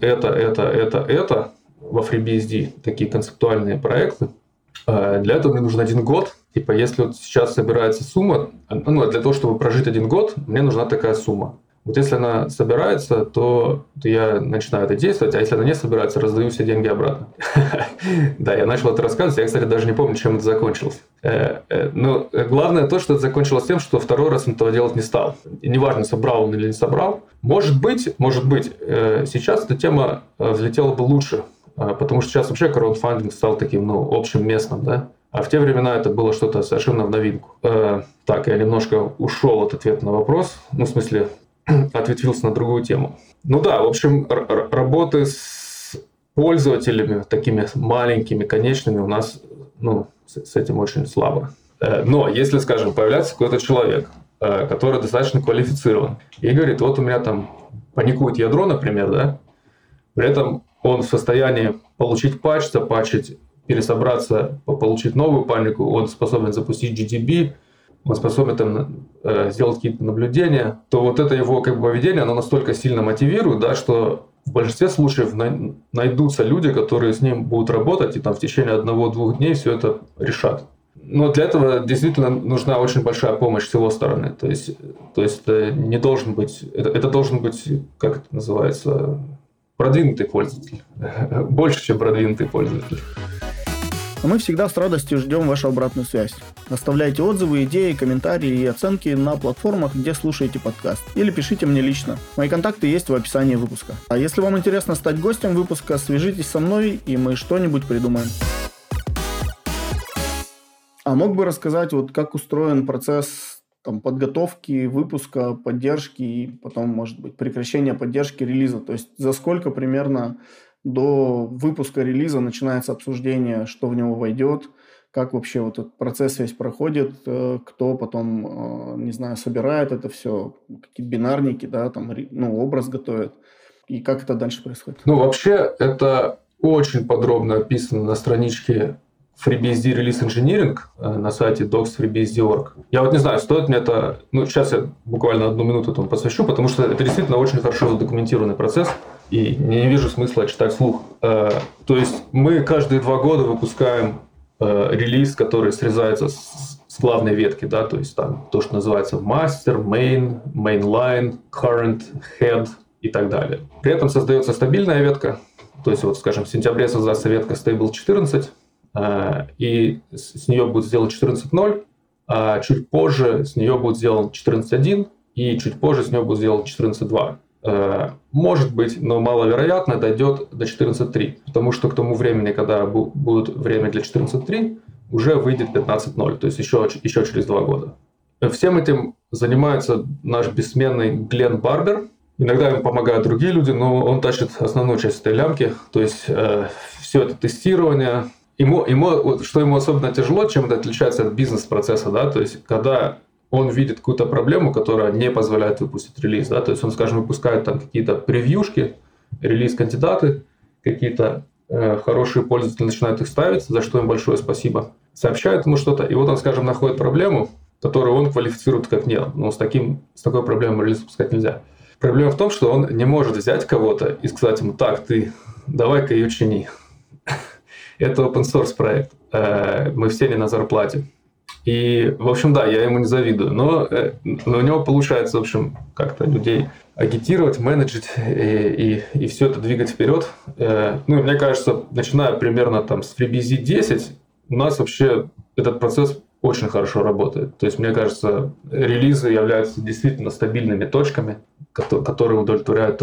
это во FreeBSD, такие концептуальные проекты. Для этого мне нужен 1 год. Типа если вот сейчас собирается сумма, для того, чтобы прожить 1 год, мне нужна такая сумма. Вот если она собирается, то я начинаю это действовать, а если она не собирается, раздаю все деньги обратно. Да, я начал это рассказывать, я, кстати, даже не помню, чем это закончилось. Но главное то, что это закончилось тем, что второй раз он этого делать не стал. И неважно, собрал он или не собрал. Может быть, сейчас эта тема взлетела бы лучше, потому что сейчас вообще краудфандинг стал таким, общим местом, да. А в те времена это было что-то совершенно в новинку. Так, я немножко ушел от ответа на вопрос, в смысле, ответвился на другую тему. В общем, работы с пользователями, такими маленькими, конечными, у нас с этим очень слабо. Но если, скажем, появляется какой-то человек, который достаточно квалифицирован, и говорит, вот у меня там паникует ядро, например, да, при этом он в состоянии получить патч, запатчить, пересобраться, получить новую панику, он способен запустить GDB, он способен там сделать какие-то наблюдения, то вот это его поведение, оно настолько сильно мотивирует, да, что в большинстве случаев найдутся люди, которые с ним будут работать и там в течение 1-2 дней все это решат. Но для этого действительно нужна очень большая помощь с его стороны. То есть это не должен быть, это должен быть, как это называется, продвинутый пользователь. Больше, чем продвинутый пользователь. А мы всегда с радостью ждем вашу обратную связь. Оставляйте отзывы, идеи, комментарии и оценки на платформах, где слушаете подкаст. Или пишите мне лично. Мои контакты есть в описании выпуска. А если вам интересно стать гостем выпуска, свяжитесь со мной, и мы что-нибудь придумаем. А мог бы рассказать, вот как устроен процесс подготовки, выпуска, поддержки и потом, может быть, прекращения поддержки релиза? То есть за сколько примерно до выпуска релиза начинается обсуждение, что в него войдет, как вообще вот этот процесс весь проходит, кто потом, не знаю, собирает это все, какие-то бинарники, да, образ готовит, и как это дальше происходит? Вообще, это очень подробно описано на страничке FreeBSD Release Engineering на сайте docs.freebsd.org. Я вот не знаю, стоит мне это... сейчас я буквально 1 минуту этому посвящу, потому что это действительно очень хорошо задокументированный процесс, и не вижу смысла читать вслух. То есть мы каждые 2 года выпускаем релиз, который срезается с главной ветки, да, то есть там то, что называется master, main, mainline, current, head и так далее. При этом создается стабильная ветка, то есть вот, скажем, в сентябре создастся ветка stable 14, и с нее будет сделан 14.0, а чуть позже с нее будет сделан 14.1, и чуть позже с нее будет сделан 14.2. Может быть, но маловероятно, дойдет до 14.3, потому что к тому времени, когда будет время для 14.3, уже выйдет 15.0, то есть еще через 2 года. Всем этим занимается наш бессменный Глен Барбер. Иногда ему помогают другие люди, но он тащит основную часть этой лямки, то есть все это тестирование. Что ему особенно тяжело, чем это отличается от бизнес-процесса, да, то есть когда он видит какую-то проблему, которая не позволяет выпустить релиз, да, то есть он, скажем, выпускает там какие-то превьюшки, релиз-кандидаты, какие-то хорошие пользователи начинают их ставить, за что им большое спасибо, сообщают ему что-то, и вот он, скажем, находит проблему, которую он квалифицирует как нет, с такой проблемой релиз выпускать нельзя. Проблема в том, что он не может взять кого-то и сказать ему: так, ты давай-ка ее чини. Это open source проект. Мы все не на зарплате. И, в общем, да, я ему не завидую. Но у него получается, в общем, как-то людей агитировать, менеджить и все это двигать вперед. Мне кажется, начиная примерно с FreeBSD 10, у нас вообще этот процесс очень хорошо работает. То есть, мне кажется, релизы являются действительно стабильными точками, которые удовлетворяют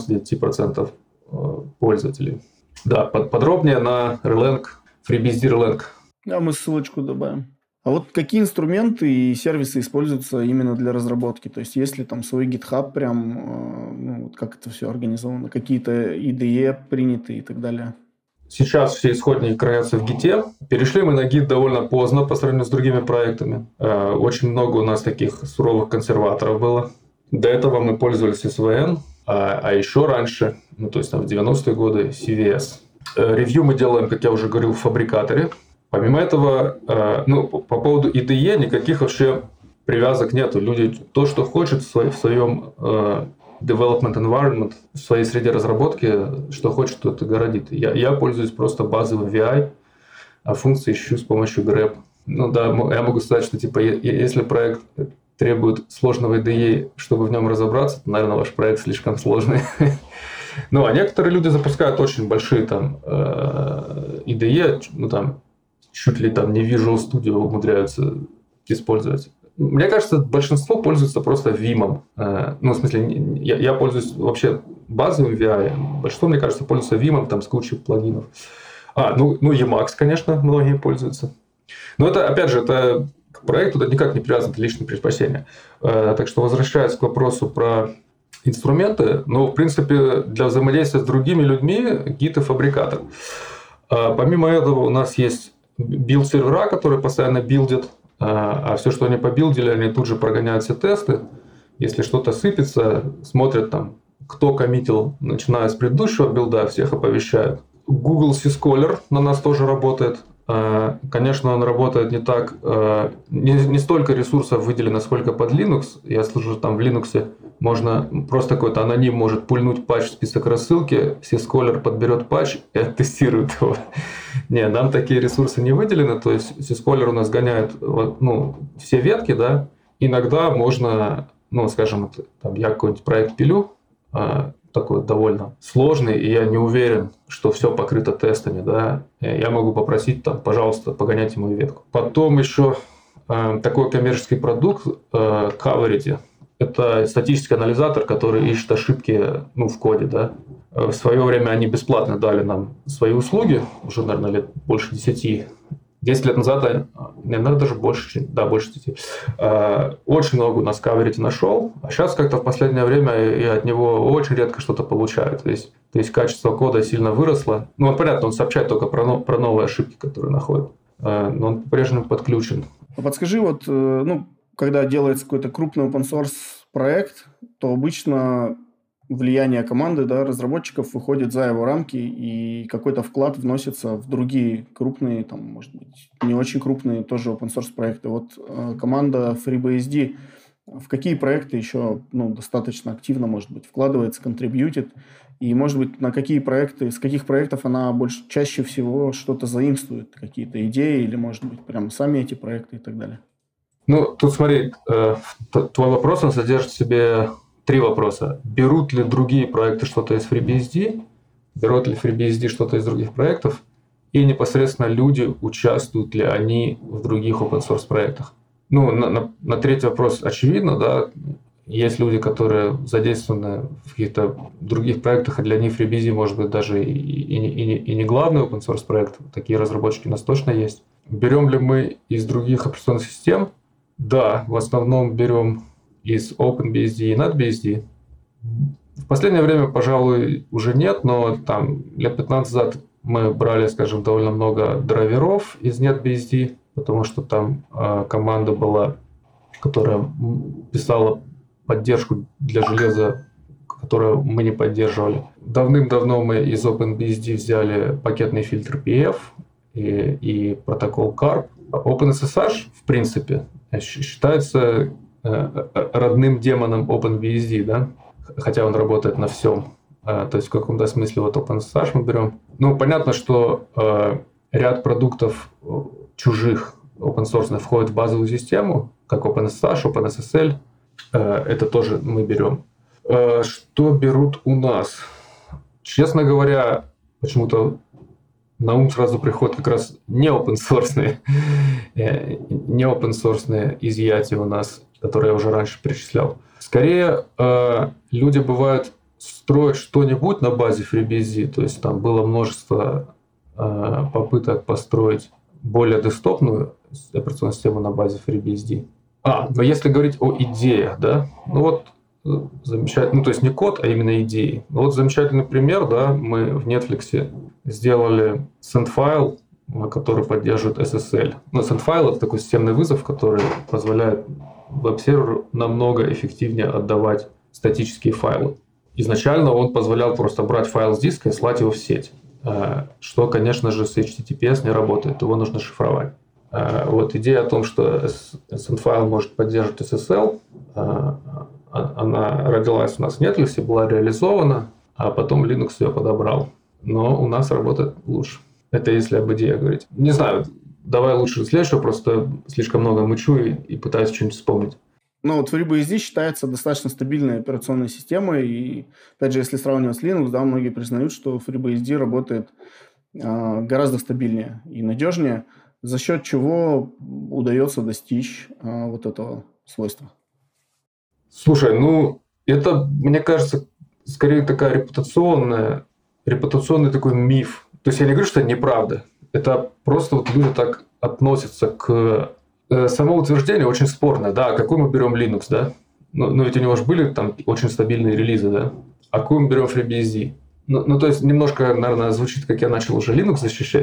99% пользователей. Да, подробнее на Erlang, FreeBSD Erlang. Да, мы ссылочку добавим. А вот какие инструменты и сервисы используются именно для разработки? То есть, есть ли там свой GitHub прям, как это все организовано, какие-то IDE приняты и так далее? Сейчас все исходники хранятся в Git. Перешли мы на Git довольно поздно по сравнению с другими проектами. Очень много у нас таких суровых консерваторов было. До этого мы пользовались SVN, а еще раньше, то есть в 90-е годы, CVS. Ревью мы делаем, как я уже говорил, в фабрикаторе. Помимо этого, по поводу IDE никаких вообще привязок нету. Люди то, что хочет в своем development environment, в своей среде разработки, что хочет, то это городит. Я пользуюсь просто базовым VI, а функции ищу с помощью grep. Я могу сказать, что если проект требует сложного IDE, чтобы в нем разобраться, то, наверное, ваш проект слишком сложный. А некоторые люди запускают очень большие IDE, чуть ли не Visual Studio умудряются использовать. Мне кажется, большинство пользуется просто Vim. В смысле, я пользуюсь вообще базовым VI. Большинство, мне кажется, пользуется Vim с кучей плагинов. Emacs, конечно, многие пользуются. Но это, опять же, это к проекту это никак не привязано к личным предпочтениям. Так что, возвращаясь к вопросу про инструменты, в принципе, для взаимодействия с другими людьми Git и фабрикатор. Помимо этого, у нас есть билд-сервера, которые постоянно билдят, а все, что они побилдили, они тут же прогоняют все тесты. Если что-то сыпется, смотрят кто коммитил, начиная с предыдущего билда, всех оповещают. Google Syscaller на нас тоже работает. Конечно, он работает не так, не столько ресурсов выделено, сколько под Linux. Я слышу, там в Linux можно просто какой-то аноним может пульнуть патч в список рассылки, сyscaller подберет патч и оттестирует его. Нет, нам такие ресурсы не выделены, то есть syscaller у нас гоняет все ветки, да. Иногда можно, скажем, там, я какой-нибудь проект пилю, такой довольно сложный, и я не уверен, что все покрыто тестами, да, я могу попросить, там, пожалуйста, погоняйте мою ветку. Потом еще такой коммерческий продукт Coverity. Это статический анализатор, который ищет ошибки в коде, да. В свое время они бесплатно дали нам свои услуги, уже, наверное, лет больше 10. 10 лет назад, наверное, даже больше, больше 10. Очень много у нас Coverity нашел, а сейчас как-то в последнее время я от него очень редко что-то получаю. То есть качество кода сильно выросло. Понятно, он сообщает только про новые ошибки, которые находит, но он по-прежнему подключен. Подскажи, когда делается какой-то крупный open-source проект, то обычно влияние команды, да, разработчиков выходит за его рамки, и какой-то вклад вносится в другие крупные, там, может быть, не очень крупные тоже open-source проекты. Команда FreeBSD в какие проекты еще достаточно активно, может быть, вкладывается, контрибьютит, и, может быть, на какие проекты, с каких проектов она чаще всего что-то заимствует, какие-то идеи, или, может быть, прям сами эти проекты и так далее. Тут смотри, твой вопрос, он содержит в себе 3 вопроса. Берут ли другие проекты что-то из FreeBSD? Берут ли FreeBSD что-то из других проектов? И непосредственно люди, участвуют ли они в других open-source проектах? На третий вопрос очевидно, да. Есть люди, которые задействованы в каких-то других проектах, а для них FreeBSD может быть даже и не главный open-source проект. Такие разработчики у нас точно есть. Берем ли мы из других операционных систем? Да, в основном берем из OpenBSD и NetBSD. В последнее время, пожалуй, уже нет, но там лет 15 назад мы брали, скажем, довольно много драйверов из NetBSD, потому что там команда была, которая писала поддержку для железа, которую мы не поддерживали. Давным-давно мы из OpenBSD взяли пакетный фильтр PF и протокол CARP. OpenSSH, в принципе, считается родным демоном OpenBSD, да? Хотя он работает на всем. То есть в каком-то смысле OpenSSH мы берем. Понятно, что ряд продуктов чужих open-source входит в базовую систему, как OpenSSH, OpenSSL. Это тоже мы берем. Что берут у нас? Честно говоря, почему-то на ум сразу приходят как раз не open-source изъятия у нас, которые я уже раньше перечислял. Скорее, люди, бывают, строят что-нибудь на базе FreeBSD, то есть там было множество попыток построить более десктопную операционную систему на базе FreeBSD. Но если говорить о идеях, да, замечательно, то есть не код, а именно идеи. Замечательный пример, да, мы в Netflix сделали send-файл, который поддерживает SSL. Send-файл — это такой системный вызов, который позволяет веб-серверу намного эффективнее отдавать статические файлы. Изначально он позволял просто брать файл с диска и слать его в сеть, что, конечно же, с HTTPS не работает, его нужно шифровать. Идея о том, что send-файл может поддерживать SSL, она родилась у нас в Netflix, была реализована, а потом Linux ее подобрал. Но у нас работает лучше. Это если об идее говорить. Не знаю, давай лучше следующего, просто слишком много мычу и пытаюсь что-нибудь вспомнить. FreeBSD считается достаточно стабильной операционной системой, и, опять же, если сравнивать с Linux, да, многие признают, что FreeBSD работает гораздо стабильнее и надежнее, за счет чего удается достичь этого свойства. Слушай, это, мне кажется, скорее такая репутационный такой миф. То есть я не говорю, что это неправда. Это просто люди так относятся к... Само утверждение очень спорное. Да, какой мы берем Linux, да? Но ведь у него же были там очень стабильные релизы, да? А какой мы берем FreeBSD? То есть немножко, наверное, звучит, как я начал уже Linux защищать.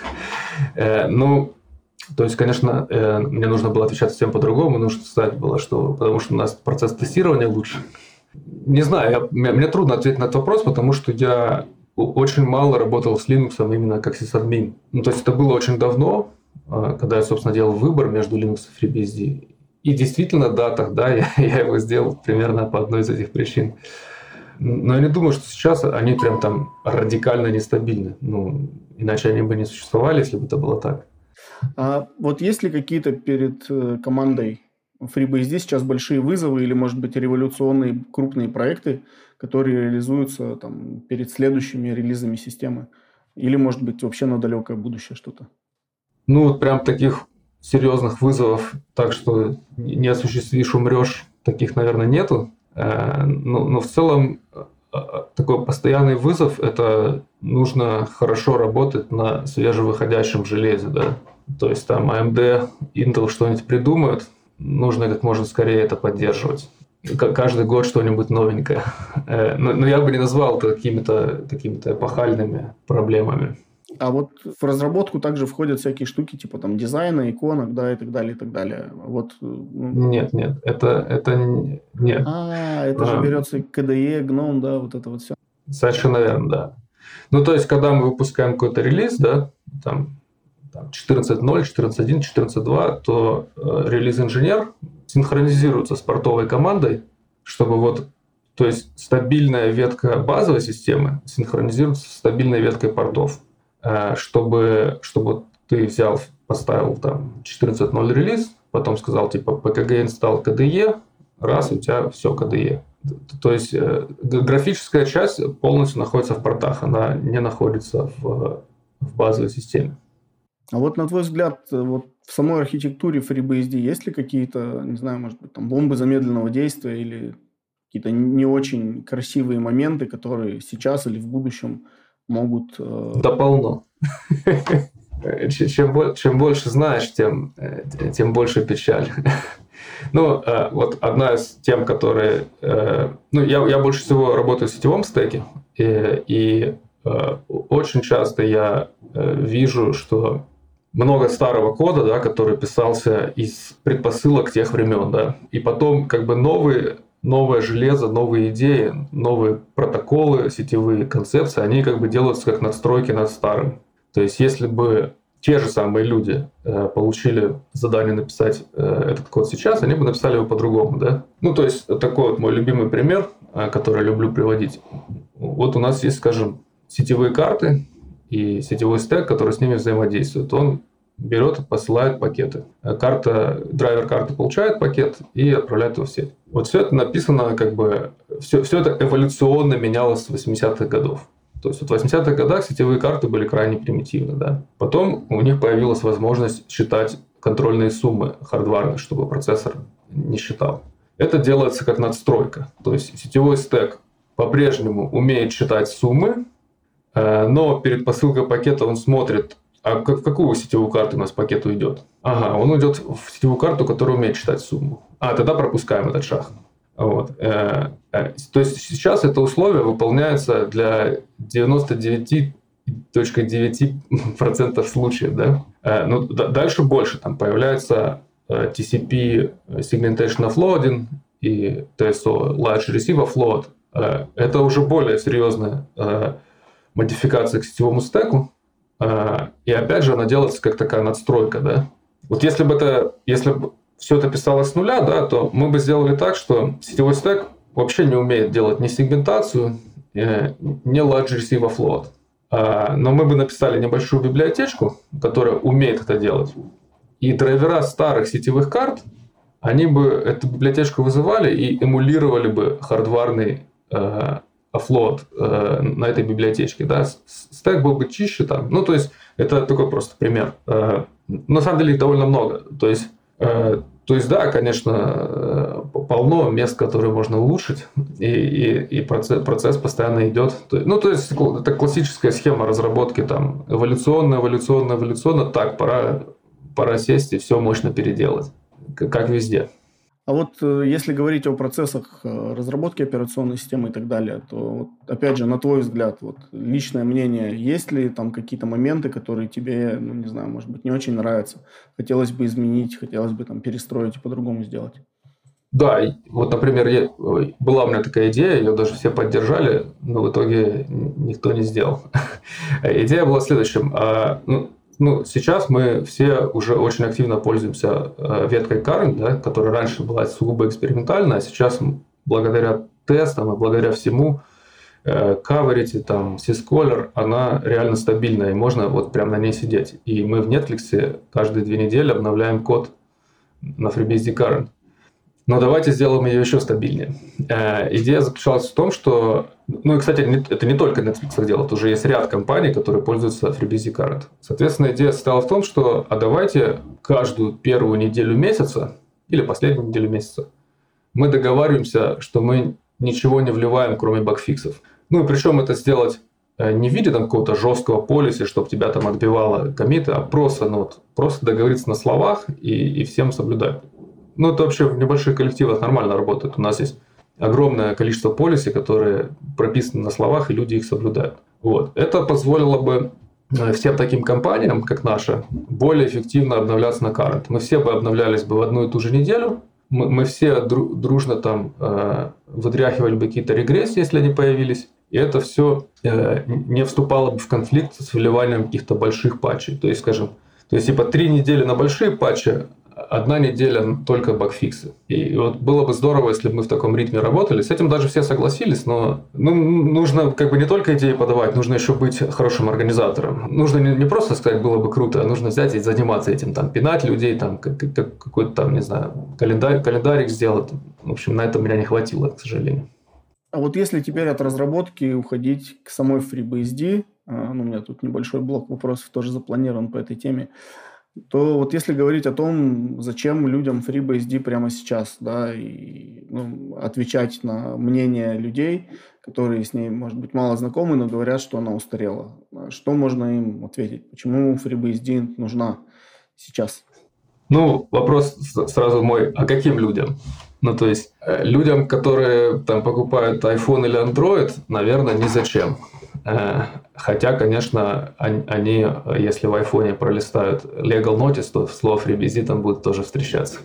То есть, конечно, мне нужно было отвечать совсем по-другому, нужно сказать было, что потому что у нас процесс тестирования лучше. Не знаю, мне трудно ответить на этот вопрос, потому что я очень мало работал с Linux именно как сисадмин. Ну, то есть это было очень давно, когда я, собственно, делал выбор между Linux и FreeBSD. И действительно, да, тогда я его сделал примерно по одной из этих причин. Но я не думаю, что сейчас они прям там радикально нестабильны. Ну, иначе они бы не существовали, если бы это было так. А вот есть ли какие-то перед командой FreeBSD сейчас большие вызовы или, может быть, революционные крупные проекты, которые реализуются там, перед следующими релизами системы? Или, может быть, вообще на далекое будущее что-то? Ну, вот прям таких серьезных вызовов, так что не осуществишь, умрешь, таких, наверное, нету. Но в целом такой постоянный вызов – это нужно хорошо работать на свежевыходящем железе, да. То есть там AMD, Intel что-нибудь придумают, нужно как можно скорее это поддерживать. Каждый год что-нибудь новенькое. Но я бы не назвал это какими-то эпохальными проблемами. А вот в разработку также входят всякие штуки, типа там дизайна, иконок, да, и так далее, и так далее. Вот, Нет, нет. это же берется KDE, GNOME, да, вот это вот все. Совершенно верно, да. Ну, то есть, когда мы выпускаем какой-то релиз, да, там 14.0, 14.1, 14.2, то релиз-инженер синхронизируется с портовой командой, чтобы вот, то есть стабильная ветка базовой системы синхронизируется с стабильной веткой портов, чтобы ты взял, поставил там 14.0 релиз, потом сказал типа PKG install KDE, раз, у тебя все KDE. То есть графическая часть полностью находится в портах, она не находится в базовой системе. А вот на твой взгляд, вот в самой архитектуре FreeBSD есть ли какие-то, не знаю, может быть, там бомбы замедленного действия или какие-то не очень красивые моменты, которые сейчас или в будущем могут... Да полно. Чем больше знаешь, тем больше печаль. Ну, вот одна из тем, которые... Ну, я больше всего работаю в сетевом стеке, и очень часто я вижу, что много старого кода, да, который писался из предпосылок тех времен, да, и потом как бы новое железо, новые идеи, новые протоколы, сетевые концепции, они как бы делаются как надстройки над старым. То есть, если бы те же самые люди получили задание написать этот код сейчас, они бы написали его по-другому, да? Ну, то есть, такой вот мой любимый пример, который я люблю приводить. Вот у нас есть, скажем, сетевые карты и сетевой стек, который с ними взаимодействует. Он берет и посылает пакеты. Драйвер карты получает пакет и отправляет его в сеть. Вот все это написано, как бы, все это эволюционно менялось с 80-х годов. То есть в 80-х годах сетевые карты были крайне примитивны. Да? Потом у них появилась возможность считать контрольные суммы хардварные, чтобы процессор не считал. Это делается как надстройка. То есть сетевой стек по-прежнему умеет считать суммы, но перед посылкой пакета он смотрит, а в какую сетевую карту у нас пакет уйдет? Ага, он уйдет в сетевую карту, которая умеет считать сумму. тогда пропускаем этот шаг. Вот. То есть сейчас это условие выполняется для 99,9% случаев. Да? Но дальше больше. Там появляется TCP Segmentation Offloading и TSO Large Receive Offload. Это уже более серьезная модификация к сетевому стеку. И опять же она делается как такая надстройка. Да? Вот если бы все это писалось с нуля, да, то мы бы сделали так, что сетевой стек вообще не умеет делать ни сегментацию, ни large receive offload. Но мы бы написали небольшую библиотечку, которая умеет это делать. И драйвера старых сетевых карт, они бы эту библиотечку вызывали и эмулировали бы хардварный offload на этой библиотечке. Да. Стек был бы чище там. Ну, то есть, это такой просто пример. На самом деле их довольно много. То есть, да, конечно, полно мест, которые можно улучшить, и процесс постоянно идет. Ну, то есть, это классическая схема разработки, там, эволюционно. Так, пора сесть и все мощно переделать, как везде. А вот если говорить о процессах разработки операционной системы и так далее, то, вот, опять же, на твой взгляд, вот, личное мнение, есть ли там какие-то моменты, которые тебе, ну, не знаю, может быть, не очень нравятся, хотелось бы изменить, хотелось бы там перестроить и по-другому сделать? Да, вот, например, была у меня такая идея, ее даже все поддержали, но в итоге никто не сделал. Идея была в следующем. Сейчас мы все уже очень активно пользуемся веткой Current, да, которая раньше была сугубо экспериментальная, а сейчас благодаря тестам и благодаря всему Coverity, там, Syscaller, она реально стабильная, и можно вот прям на ней сидеть. И мы в Netflix каждые 2 недели обновляем код на FreeBSD Current. Но давайте сделаем ее еще стабильнее. Идея заключалась в том, что... Ну и, кстати, это не только Netflix делает, уже есть ряд компаний, которые пользуются FreeBSD Current. Соответственно, идея состояла в том, что давайте каждую первую неделю месяца или последнюю неделю месяца мы договариваемся, что мы ничего не вливаем, кроме багфиксов. Ну и причем это сделать не в виде там какого-то жесткого полиса, чтобы тебя там отбивало коммиты, а просто, просто договориться на словах и всем соблюдать. Ну, это вообще в небольших коллективах нормально работает. У нас есть огромное количество полисей, которые прописаны на словах, и люди их соблюдают. Вот. Это позволило бы всем таким компаниям, как наша, более эффективно обновляться на Current. Мы все бы обновлялись бы в одну и ту же неделю, мы все дружно там вытряхивали бы какие-то регрессии, если они появились, и это все не вступало бы в конфликт с вливанием каких-то больших патчей. То есть, скажем, типа 3 недели на большие патчи, 1 неделя только багфиксы. И вот было бы здорово, если бы мы в таком ритме работали. С этим даже все согласились, но нужно как бы не только идеи подавать, нужно еще быть хорошим организатором. Нужно не просто сказать, было бы круто, а нужно взять и заниматься этим, там, пинать людей, там, какой-то там, не знаю, календарик сделать. В общем, на это меня не хватило, к сожалению. А вот если теперь от разработки уходить к самой FreeBSD, у меня тут небольшой блок вопросов тоже запланирован по этой теме, то вот если говорить о том, зачем людям FreeBSD прямо сейчас, да, и отвечать на мнение людей, которые с ней, может быть, мало знакомы, но говорят, что она устарела. Что можно им ответить? Почему FreeBSD нужна сейчас? Ну, вопрос сразу мой, а каким людям? Ну, то есть, людям, которые там покупают iPhone или Android, наверное, ни зачем. Хотя, конечно, они, если в айфоне пролистают Legal Notice, то слово FreeBSD там будет тоже встречаться.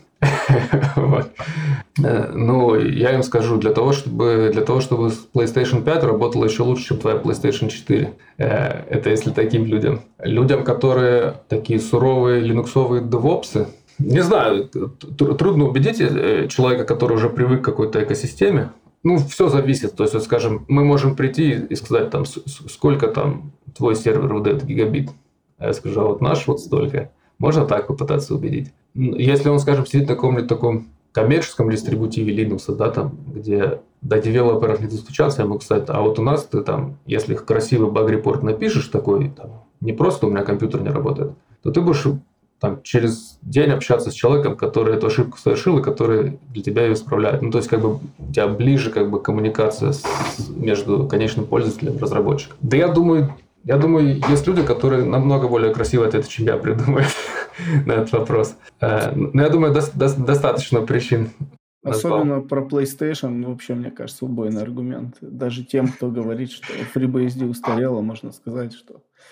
Ну, я им скажу, для того, чтобы PlayStation 5 работала еще лучше, чем твоя PlayStation 4. Это если таким людям. Людям, которые такие суровые линуксовые девопсы, не знаю, трудно убедить человека, который уже привык к какой-то экосистеме. Ну, все зависит. То есть, вот, скажем, мы можем прийти и сказать, там, сколько там твой сервер выдает гигабит. А я скажу, а вот наш вот столько. Можно так попытаться убедить. Если он, скажем, сидит на каком-нибудь таком коммерческом дистрибутиве Linux, да, там, где до девелоперов не достучаться, я могу сказать, а вот у нас ты там, если красивый баг-репорт напишешь такой, там, не просто у меня компьютер не работает, то ты будешь там, через день общаться с человеком, который эту ошибку совершил и который для тебя ее исправляет. Ну, то есть, как бы у тебя ближе как бы коммуникация между конечным пользователем и разработчиком. Да я думаю, есть люди, которые намного более красиво ответят, чем я придумаю на этот вопрос. Но я думаю, достаточно причин. Особенно про PlayStation, вообще, мне кажется, убойный аргумент. Даже тем, кто говорит, что FreeBSD устарело, можно сказать, что...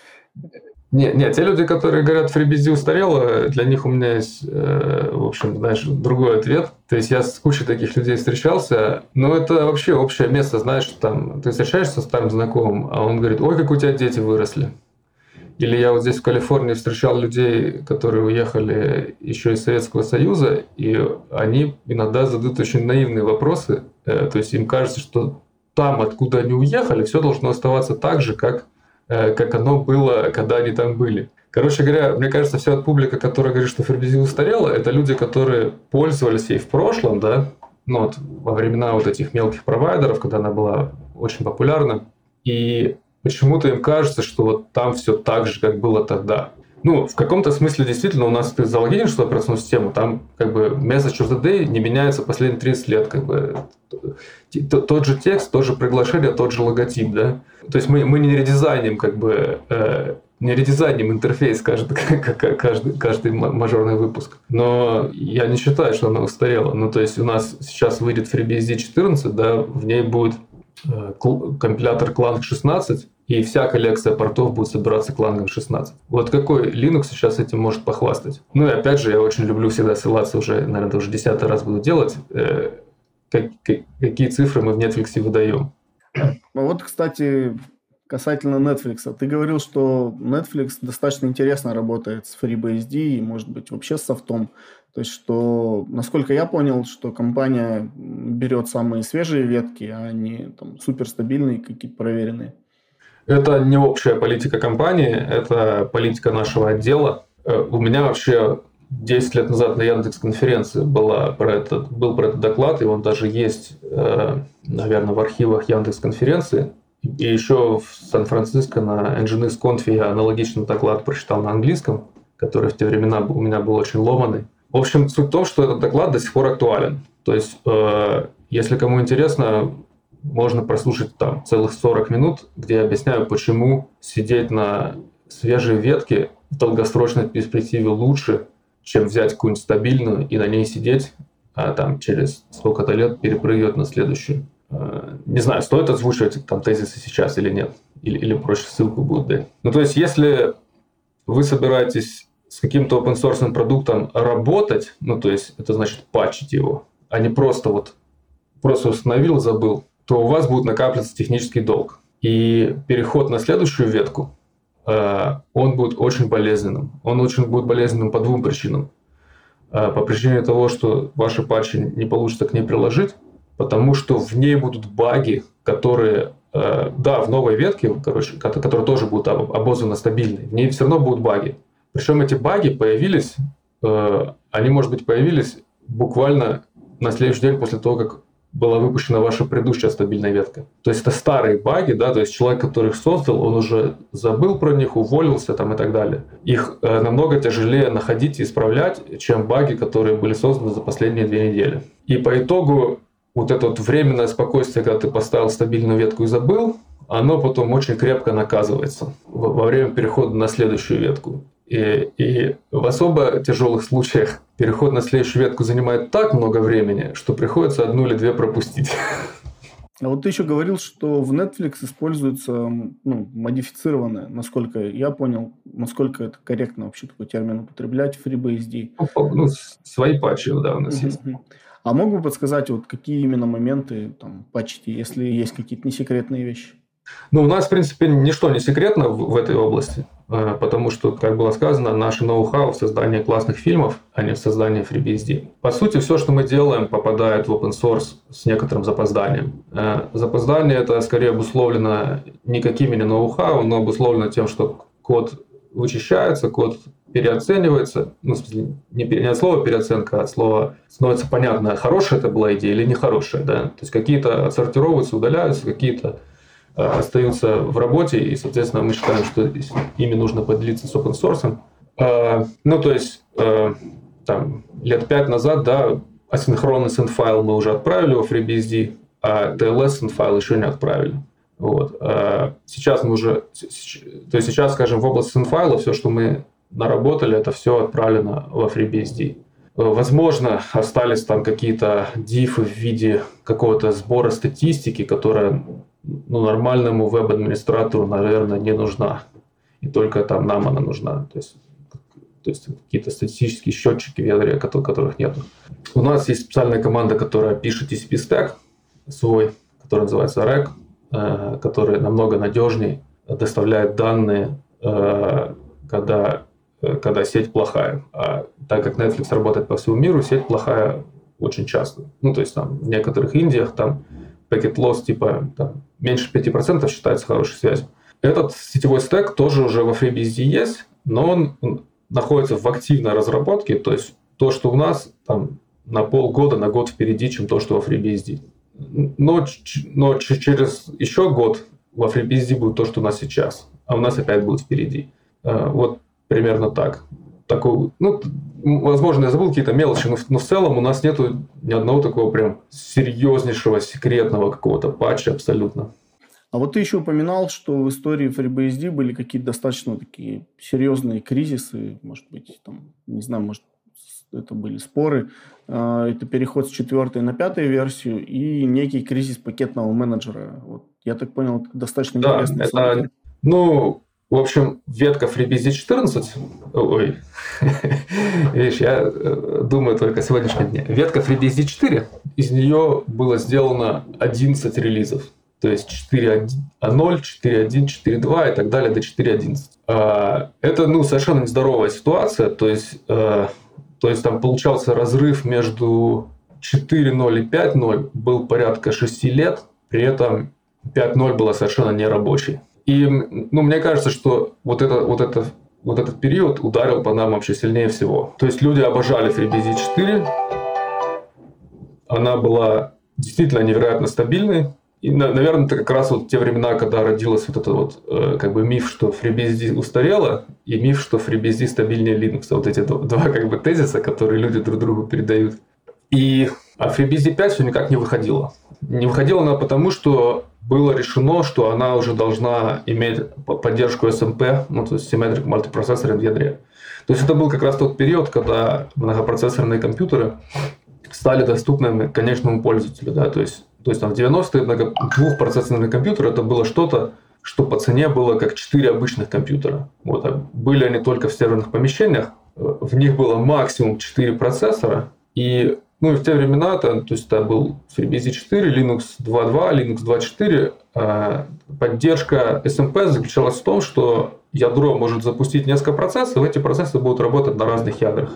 Нет, те люди, которые говорят, FreeBSD устарело, для них у меня есть, в общем, знаешь, другой ответ. То есть я с кучей таких людей встречался, но это вообще общее место, знаешь, там, ты встречаешься с старым знакомым, а он говорит, ой, как у тебя дети выросли. Или я вот здесь в Калифорнии встречал людей, которые уехали еще из Советского Союза, и они иногда задают очень наивные вопросы. То есть им кажется, что там, откуда они уехали, все должно оставаться так же, как оно было, когда они там были. Короче говоря, мне кажется, вся публика, которая говорит, что FreeBSD устарела, это люди, которые пользовались ей в прошлом, да, ну вот во времена вот этих мелких провайдеров, когда она была очень популярна, и почему-то им кажется, что вот там все так же, как было тогда. Ну, в каком-то смысле действительно у нас ты залогинишь в операционную систему, там как бы message of the day не меняется последние 30 лет. Как бы. Тот же текст, тот же приглашение, тот же логотип, да. То есть мы не редизайним как бы не редизайним интерфейс каждый мажорный выпуск. Но я не считаю, что она устарела. Ну, то есть у нас сейчас выйдет FreeBSD 14, да, в ней будет компилятор Clang 16, и вся коллекция портов будет собираться клангом 16. Вот какой Linux сейчас этим может похвастать? Ну и опять же, я очень люблю всегда ссылаться уже, наверное, уже 10-й раз буду делать, какие цифры мы в Netflix выдаем. Вот, кстати, касательно Netflix. Ты говорил, что Netflix достаточно интересно работает с FreeBSD и, может быть, вообще с софтом. То есть, что, насколько я понял, что компания берет самые свежие ветки, а не там суперстабильные, какие-то проверенные. Это не общая политика компании, это политика нашего отдела. У меня вообще 10 лет назад на Яндекс.Конференции был про этот доклад, и он даже есть, наверное, в архивах Яндекс.Конференции. И еще в Сан-Франциско на Nginx Conf я аналогичный доклад прочитал на английском, который в те времена у меня был очень ломаный. В общем, суть в том, что этот доклад до сих пор актуален. То есть, если кому интересно, можно прослушать там целых 40 минут, где я объясняю, почему сидеть на свежей ветке в долгосрочной перспективе лучше, чем взять какую-нибудь стабильную и на ней сидеть, а там через сколько-то лет перепрыгивать на следующую. Не знаю, стоит озвучивать там тезисы сейчас или нет, или проще ссылку будет дать. Ну, то есть, если вы собираетесь с каким-то open-source продуктом работать, ну, то есть, это значит патчить его, а не просто установил, забыл, то у вас будет накапливаться технический долг. И переход на следующую ветку, он будет очень болезненным. Он очень будет болезненным по двум причинам. По причине того, что ваши патчи не получится к ней приложить, потому что в ней будут баги, которые, да, в новой ветке, которая тоже будет обозвана стабильной, в ней все равно будут баги. Причем эти баги появились, они, может быть, появились буквально на следующий день после того, как была выпущена ваша предыдущая стабильная ветка. То есть это старые баги, да, то есть человек, который их создал, он уже забыл про них, уволился там и так далее. Их намного тяжелее находить и исправлять, чем баги, которые были созданы за последние 2 недели. И по итогу вот это вот временное спокойствие, когда ты поставил стабильную ветку и забыл, оно потом очень крепко наказывается во время перехода на следующую ветку. И в особо тяжелых случаях переход на следующую ветку занимает так много времени, что приходится 1 или 2 пропустить. А вот ты еще говорил, что в Netflix используется модифицированное, насколько я понял, насколько это корректно вообще такой термин употреблять, FreeBSD. Ну, свои патчи, да, у нас есть. А мог бы подсказать, вот какие именно моменты там патчите, если есть какие-то несекретные вещи? Ну, у нас, в принципе, ничто не секретно в этой области, потому что, как было сказано, наше ноу-хау в создании классных фильмов, а не в создании FreeBSD. По сути, все, что мы делаем, попадает в open source с некоторым запозданием. Запоздание это скорее обусловлено не какими-ни ноу-хау, но обусловлено тем, что код вычищается, код переоценивается, ну, в смысле, не от слова переоценка, а от слова становится понятно, хорошая это была идея или нехорошая. Да? То есть какие-то отсортировываются, удаляются, какие-то остаются в работе, и, соответственно, мы считаем, что ими нужно поделиться с open source. Ну, то есть, там, лет 5 назад, да, асинхронный сend-файл мы уже отправили во FreeBSD, а TLS сend-файл еще не отправили. Вот. Сейчас мы уже... То есть, сейчас, скажем, в области сend-файла все, что мы наработали, это все отправлено во FreeBSD. Возможно, остались там какие-то дифы в виде какого-то сбора статистики, которая нормальному веб-администратору, наверное, не нужна. И только там нам она нужна. То есть какие-то статистические счетчики в ядре, которых нет. У нас есть специальная команда, которая пишет TCP-стек свой, который называется REC, который намного надежнее доставляет данные, когда сеть плохая. А так как Netflix работает по всему миру, сеть плохая очень часто. Ну, то есть там в некоторых Индиях там packet loss типа там, меньше 5% считается хорошей связью. Этот сетевой стек тоже уже во FreeBSD есть, но он находится в активной разработке, то есть то, что у нас там на полгода, на год впереди, чем то, что во FreeBSD. Но через еще год во FreeBSD будет то, что у нас сейчас, а у нас опять будет впереди. Вот примерно так. Такой, возможно, я забыл какие-то мелочи, но в целом у нас нету ни одного такого прям серьезнейшего секретного какого-то патча абсолютно. А вот ты еще упоминал, что в истории FreeBSD были какие-то достаточно такие серьезные кризисы, может быть, там, не знаю, может, это были споры. Это переход с 4 на 5 версию и некий кризис пакетного менеджера. Вот Я так понял, это достаточно Да, интересное это, событие. ну, в общем, ветка FreeBSD 14, ой, видишь, я думаю только о сегодняшнем дне. Ветка FreeBSD 4, из нее было сделано 11 релизов. То есть 4.0, 4.1, 4.2 и так далее до 4.11. Это совершенно нездоровая ситуация. То есть там получался разрыв между 4.0 и 5.0 был порядка 6 лет. При этом 5.0 была совершенно нерабочей. И мне кажется, что вот этот период ударил по нам вообще сильнее всего. То есть люди обожали FreeBSD 4. Она была действительно невероятно стабильной. И, наверное, это как раз вот те времена, когда родилась вот этот как бы миф, что FreeBSD устарела, и миф, что FreeBSD стабильнее Linux. Вот эти два как бы тезиса, которые люди друг другу передают. А FreeBSD 5 все никак не выходила. Не выходила она потому, что было решено, что она уже должна иметь поддержку SMP, то есть Symmetric Multiprocessor в ядре. То есть это был как раз тот период, когда многопроцессорные компьютеры стали доступными конечному пользователю. Да? То есть там в 90-е двухпроцессорный компьютер это было что-то, что по цене было как 4 обычных компьютера. Были они только в серверных помещениях, в них было максимум 4 процессора, и в те времена, то есть это был FreeBSD 4, Linux 2.2, Linux 2.4. Поддержка SMP заключалась в том, что ядро может запустить несколько процессов, эти процессы будут работать на разных ядрах.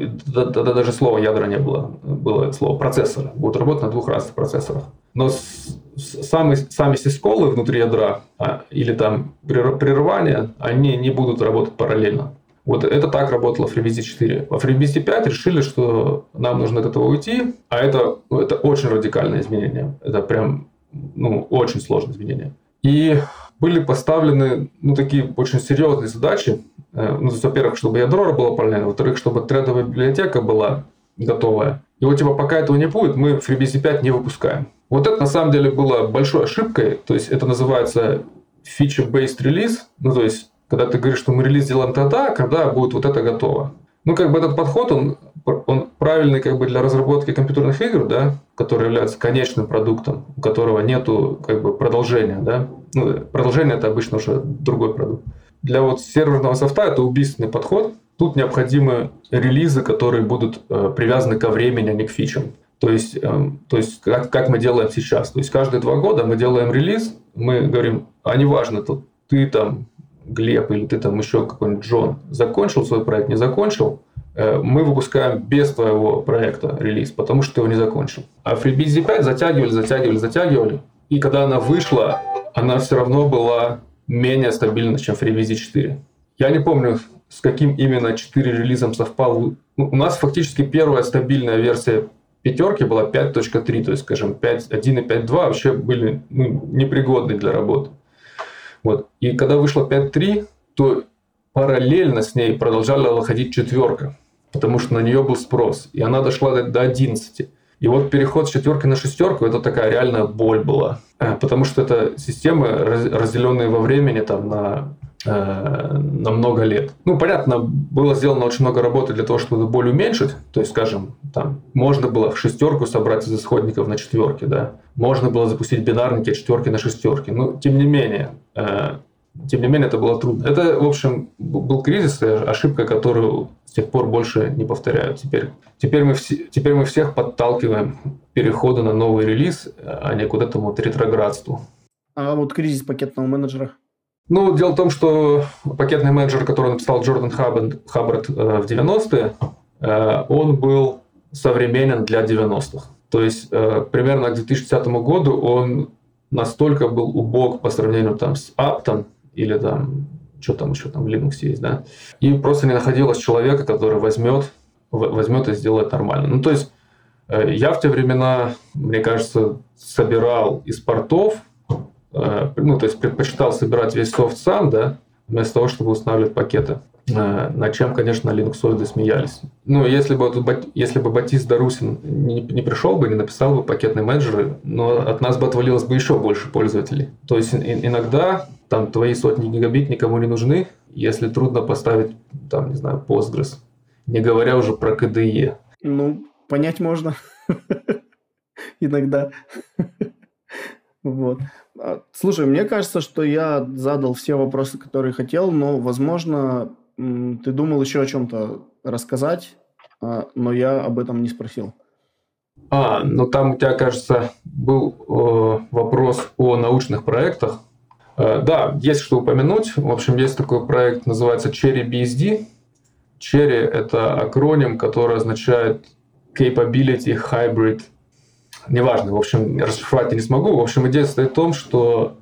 Даже слова ядра не было, было слово процессоры. Будут работать на двух разных процессорах. Но сами сисколы внутри ядра или там прерывания, они не будут работать параллельно. Вот это так работало в FreeBSD 4. Во FreeBSD 5 решили, что нам нужно от этого уйти, а это очень радикальное изменение. Это прям очень сложное изменение. И были поставлены такие очень серьезные задачи. То есть, во-первых, чтобы ядро было параллельно, во-вторых, чтобы тредовая библиотека была готовая. И пока этого не будет, мы FreeBSD 5 не выпускаем. Вот это на самом деле было большой ошибкой. То есть это называется feature-based release. То есть когда ты говоришь, что мы релиз делаем тогда, когда будет вот это готово. Этот подход, он правильный как бы для разработки компьютерных игр, да, который является конечным продуктом, у которого нету как бы продолжения. Да. Продолжение – это обычно уже другой продукт. Для серверного софта это убийственный подход. Тут необходимы релизы, которые будут привязаны ко времени, а не к фичам. То есть как мы делаем сейчас. То есть каждые 2 года мы делаем релиз, мы говорим, неважно, тут ты там Глеб или ты там еще какой-нибудь Джон закончил свой проект, не закончил, мы выпускаем без твоего проекта релиз, потому что ты его не закончил. А FreeBSD 5 затягивали. И когда она вышла, она все равно была менее стабильна, чем FreeBSD 4. Я не помню, с каким именно 4 релизом совпал. У нас фактически первая стабильная версия пятерки была 5.3, то есть, скажем, 5.1 и 5.2 вообще были непригодны для работы. И когда вышла 5.3, то параллельно с ней продолжала выходить 4, потому что на нее был спрос. И она дошла до 11. И переход с 4 на 6 это такая реальная боль была. Потому что это системы, разделенные во времени там, на много лет. Понятно, было сделано очень много работы для того, чтобы эту боль уменьшить. То есть, скажем, там можно было в 6 собрать из исходников на 4, да. Можно было запустить бинарники от 4 на 6. Тем не менее, это было трудно. Это, в общем, был кризис, ошибка, которую с тех пор больше не повторяют. Теперь мы всех подталкиваем к переходу на новый релиз, а не к этому ретроградству. А кризис пакетного менеджера? Дело в том, что пакетный менеджер, который написал Джордан Хаббард в 90-е, он был современен для 90-х. То есть примерно к 2010 году он настолько был убог по сравнению с Aptом или что там еще в Linux есть, да, и просто не находилось человека, который возьмет и сделает нормально. То есть я в те времена, мне кажется, собирал из портов, то есть предпочитал собирать весь софт сам, да, вместо того, чтобы устанавливать пакеты. Над чем, конечно, линуксоиды смеялись. Если бы Батист Дарусин не пришел бы, не написал бы пакетные менеджеры, но от нас бы отвалилось бы еще больше пользователей. То есть иногда твои сотни гигабит никому не нужны, если трудно поставить, не знаю, Postgres, не говоря уже про KDE. Понять можно. Иногда. Вот. Слушай, мне кажется, что я задал все вопросы, которые хотел, но, возможно, ты думал еще о чем-то рассказать, но я об этом не спросил. Ну там у тебя, кажется, был вопрос о научных проектах. Да, есть что упомянуть. В общем, есть такой проект, называется Cherry BSD. Cherry – это акроним, который означает Capability Hybrid. Неважно, в общем, расшифровать я не смогу. В общем, идея состоит в том, что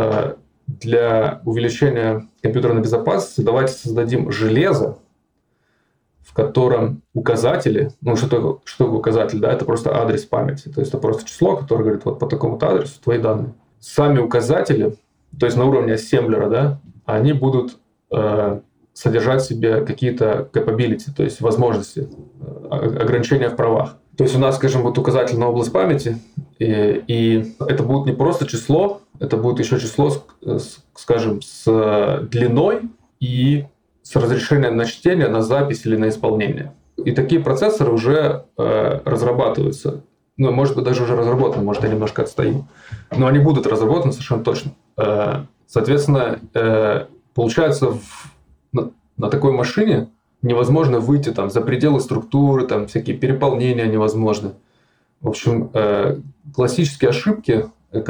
для увеличения компьютерной безопасности давайте создадим железо, в котором указатели, что такое указатель, да, это просто адрес памяти, то есть это просто число, которое говорит, вот по такому-то адресу твои данные. Сами указатели, то есть на уровне ассемблера, да, они будут содержать в себе какие-то capability, то есть возможности, ограничения в правах. То есть у нас, скажем, будет указатель на область памяти, и это будет не просто число, это будет еще число, скажем, с длиной и с разрешением на чтение, на запись или на исполнение. И такие процессоры уже разрабатываются. Может быть, даже уже разработаны, может, я немножко отстаю. Но они будут разработаны совершенно точно. Соответственно, получается, на такой машине невозможно выйти там, за пределы структуры, там всякие переполнения невозможны. В общем, классические ошибки,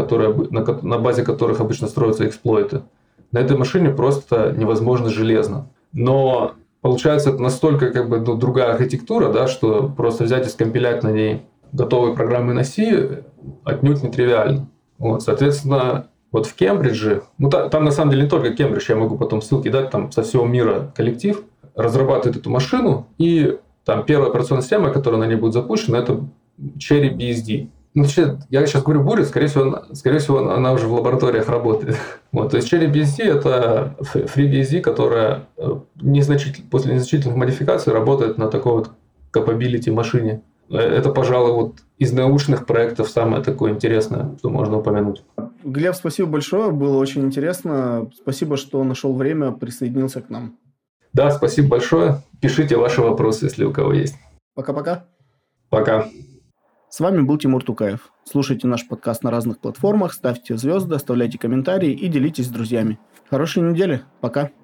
на базе которых обычно строятся эксплойты, на этой машине просто невозможно железно. Но получается, это настолько другая архитектура, да, что просто взять и скомпилять на ней готовые программы на C отнюдь не тривиально. Вот, соответственно, вот в Кембридже, там на самом деле не только Кембридж, я могу потом ссылки дать, там со всего мира коллектив разрабатывает эту машину, и там первая операционная система, которая на ней будет запущена, это Cherry BSD. Я сейчас говорю будет, скорее всего, она уже в лабораториях работает. Вот, то есть Cherry BSD – это FreeBSD, которая после незначительных модификаций работает на такой вот capability машине. Это, пожалуй, вот из научных проектов самое такое интересное, что можно упомянуть. Глеб, спасибо большое, было очень интересно. Спасибо, что нашел время, присоединился к нам. Да, спасибо большое. Пишите ваши вопросы, если у кого есть. Пока-пока. Пока. С вами был Тимур Тукаев. Слушайте наш подкаст на разных платформах, ставьте звезды, оставляйте комментарии и делитесь с друзьями. Хорошей недели. Пока.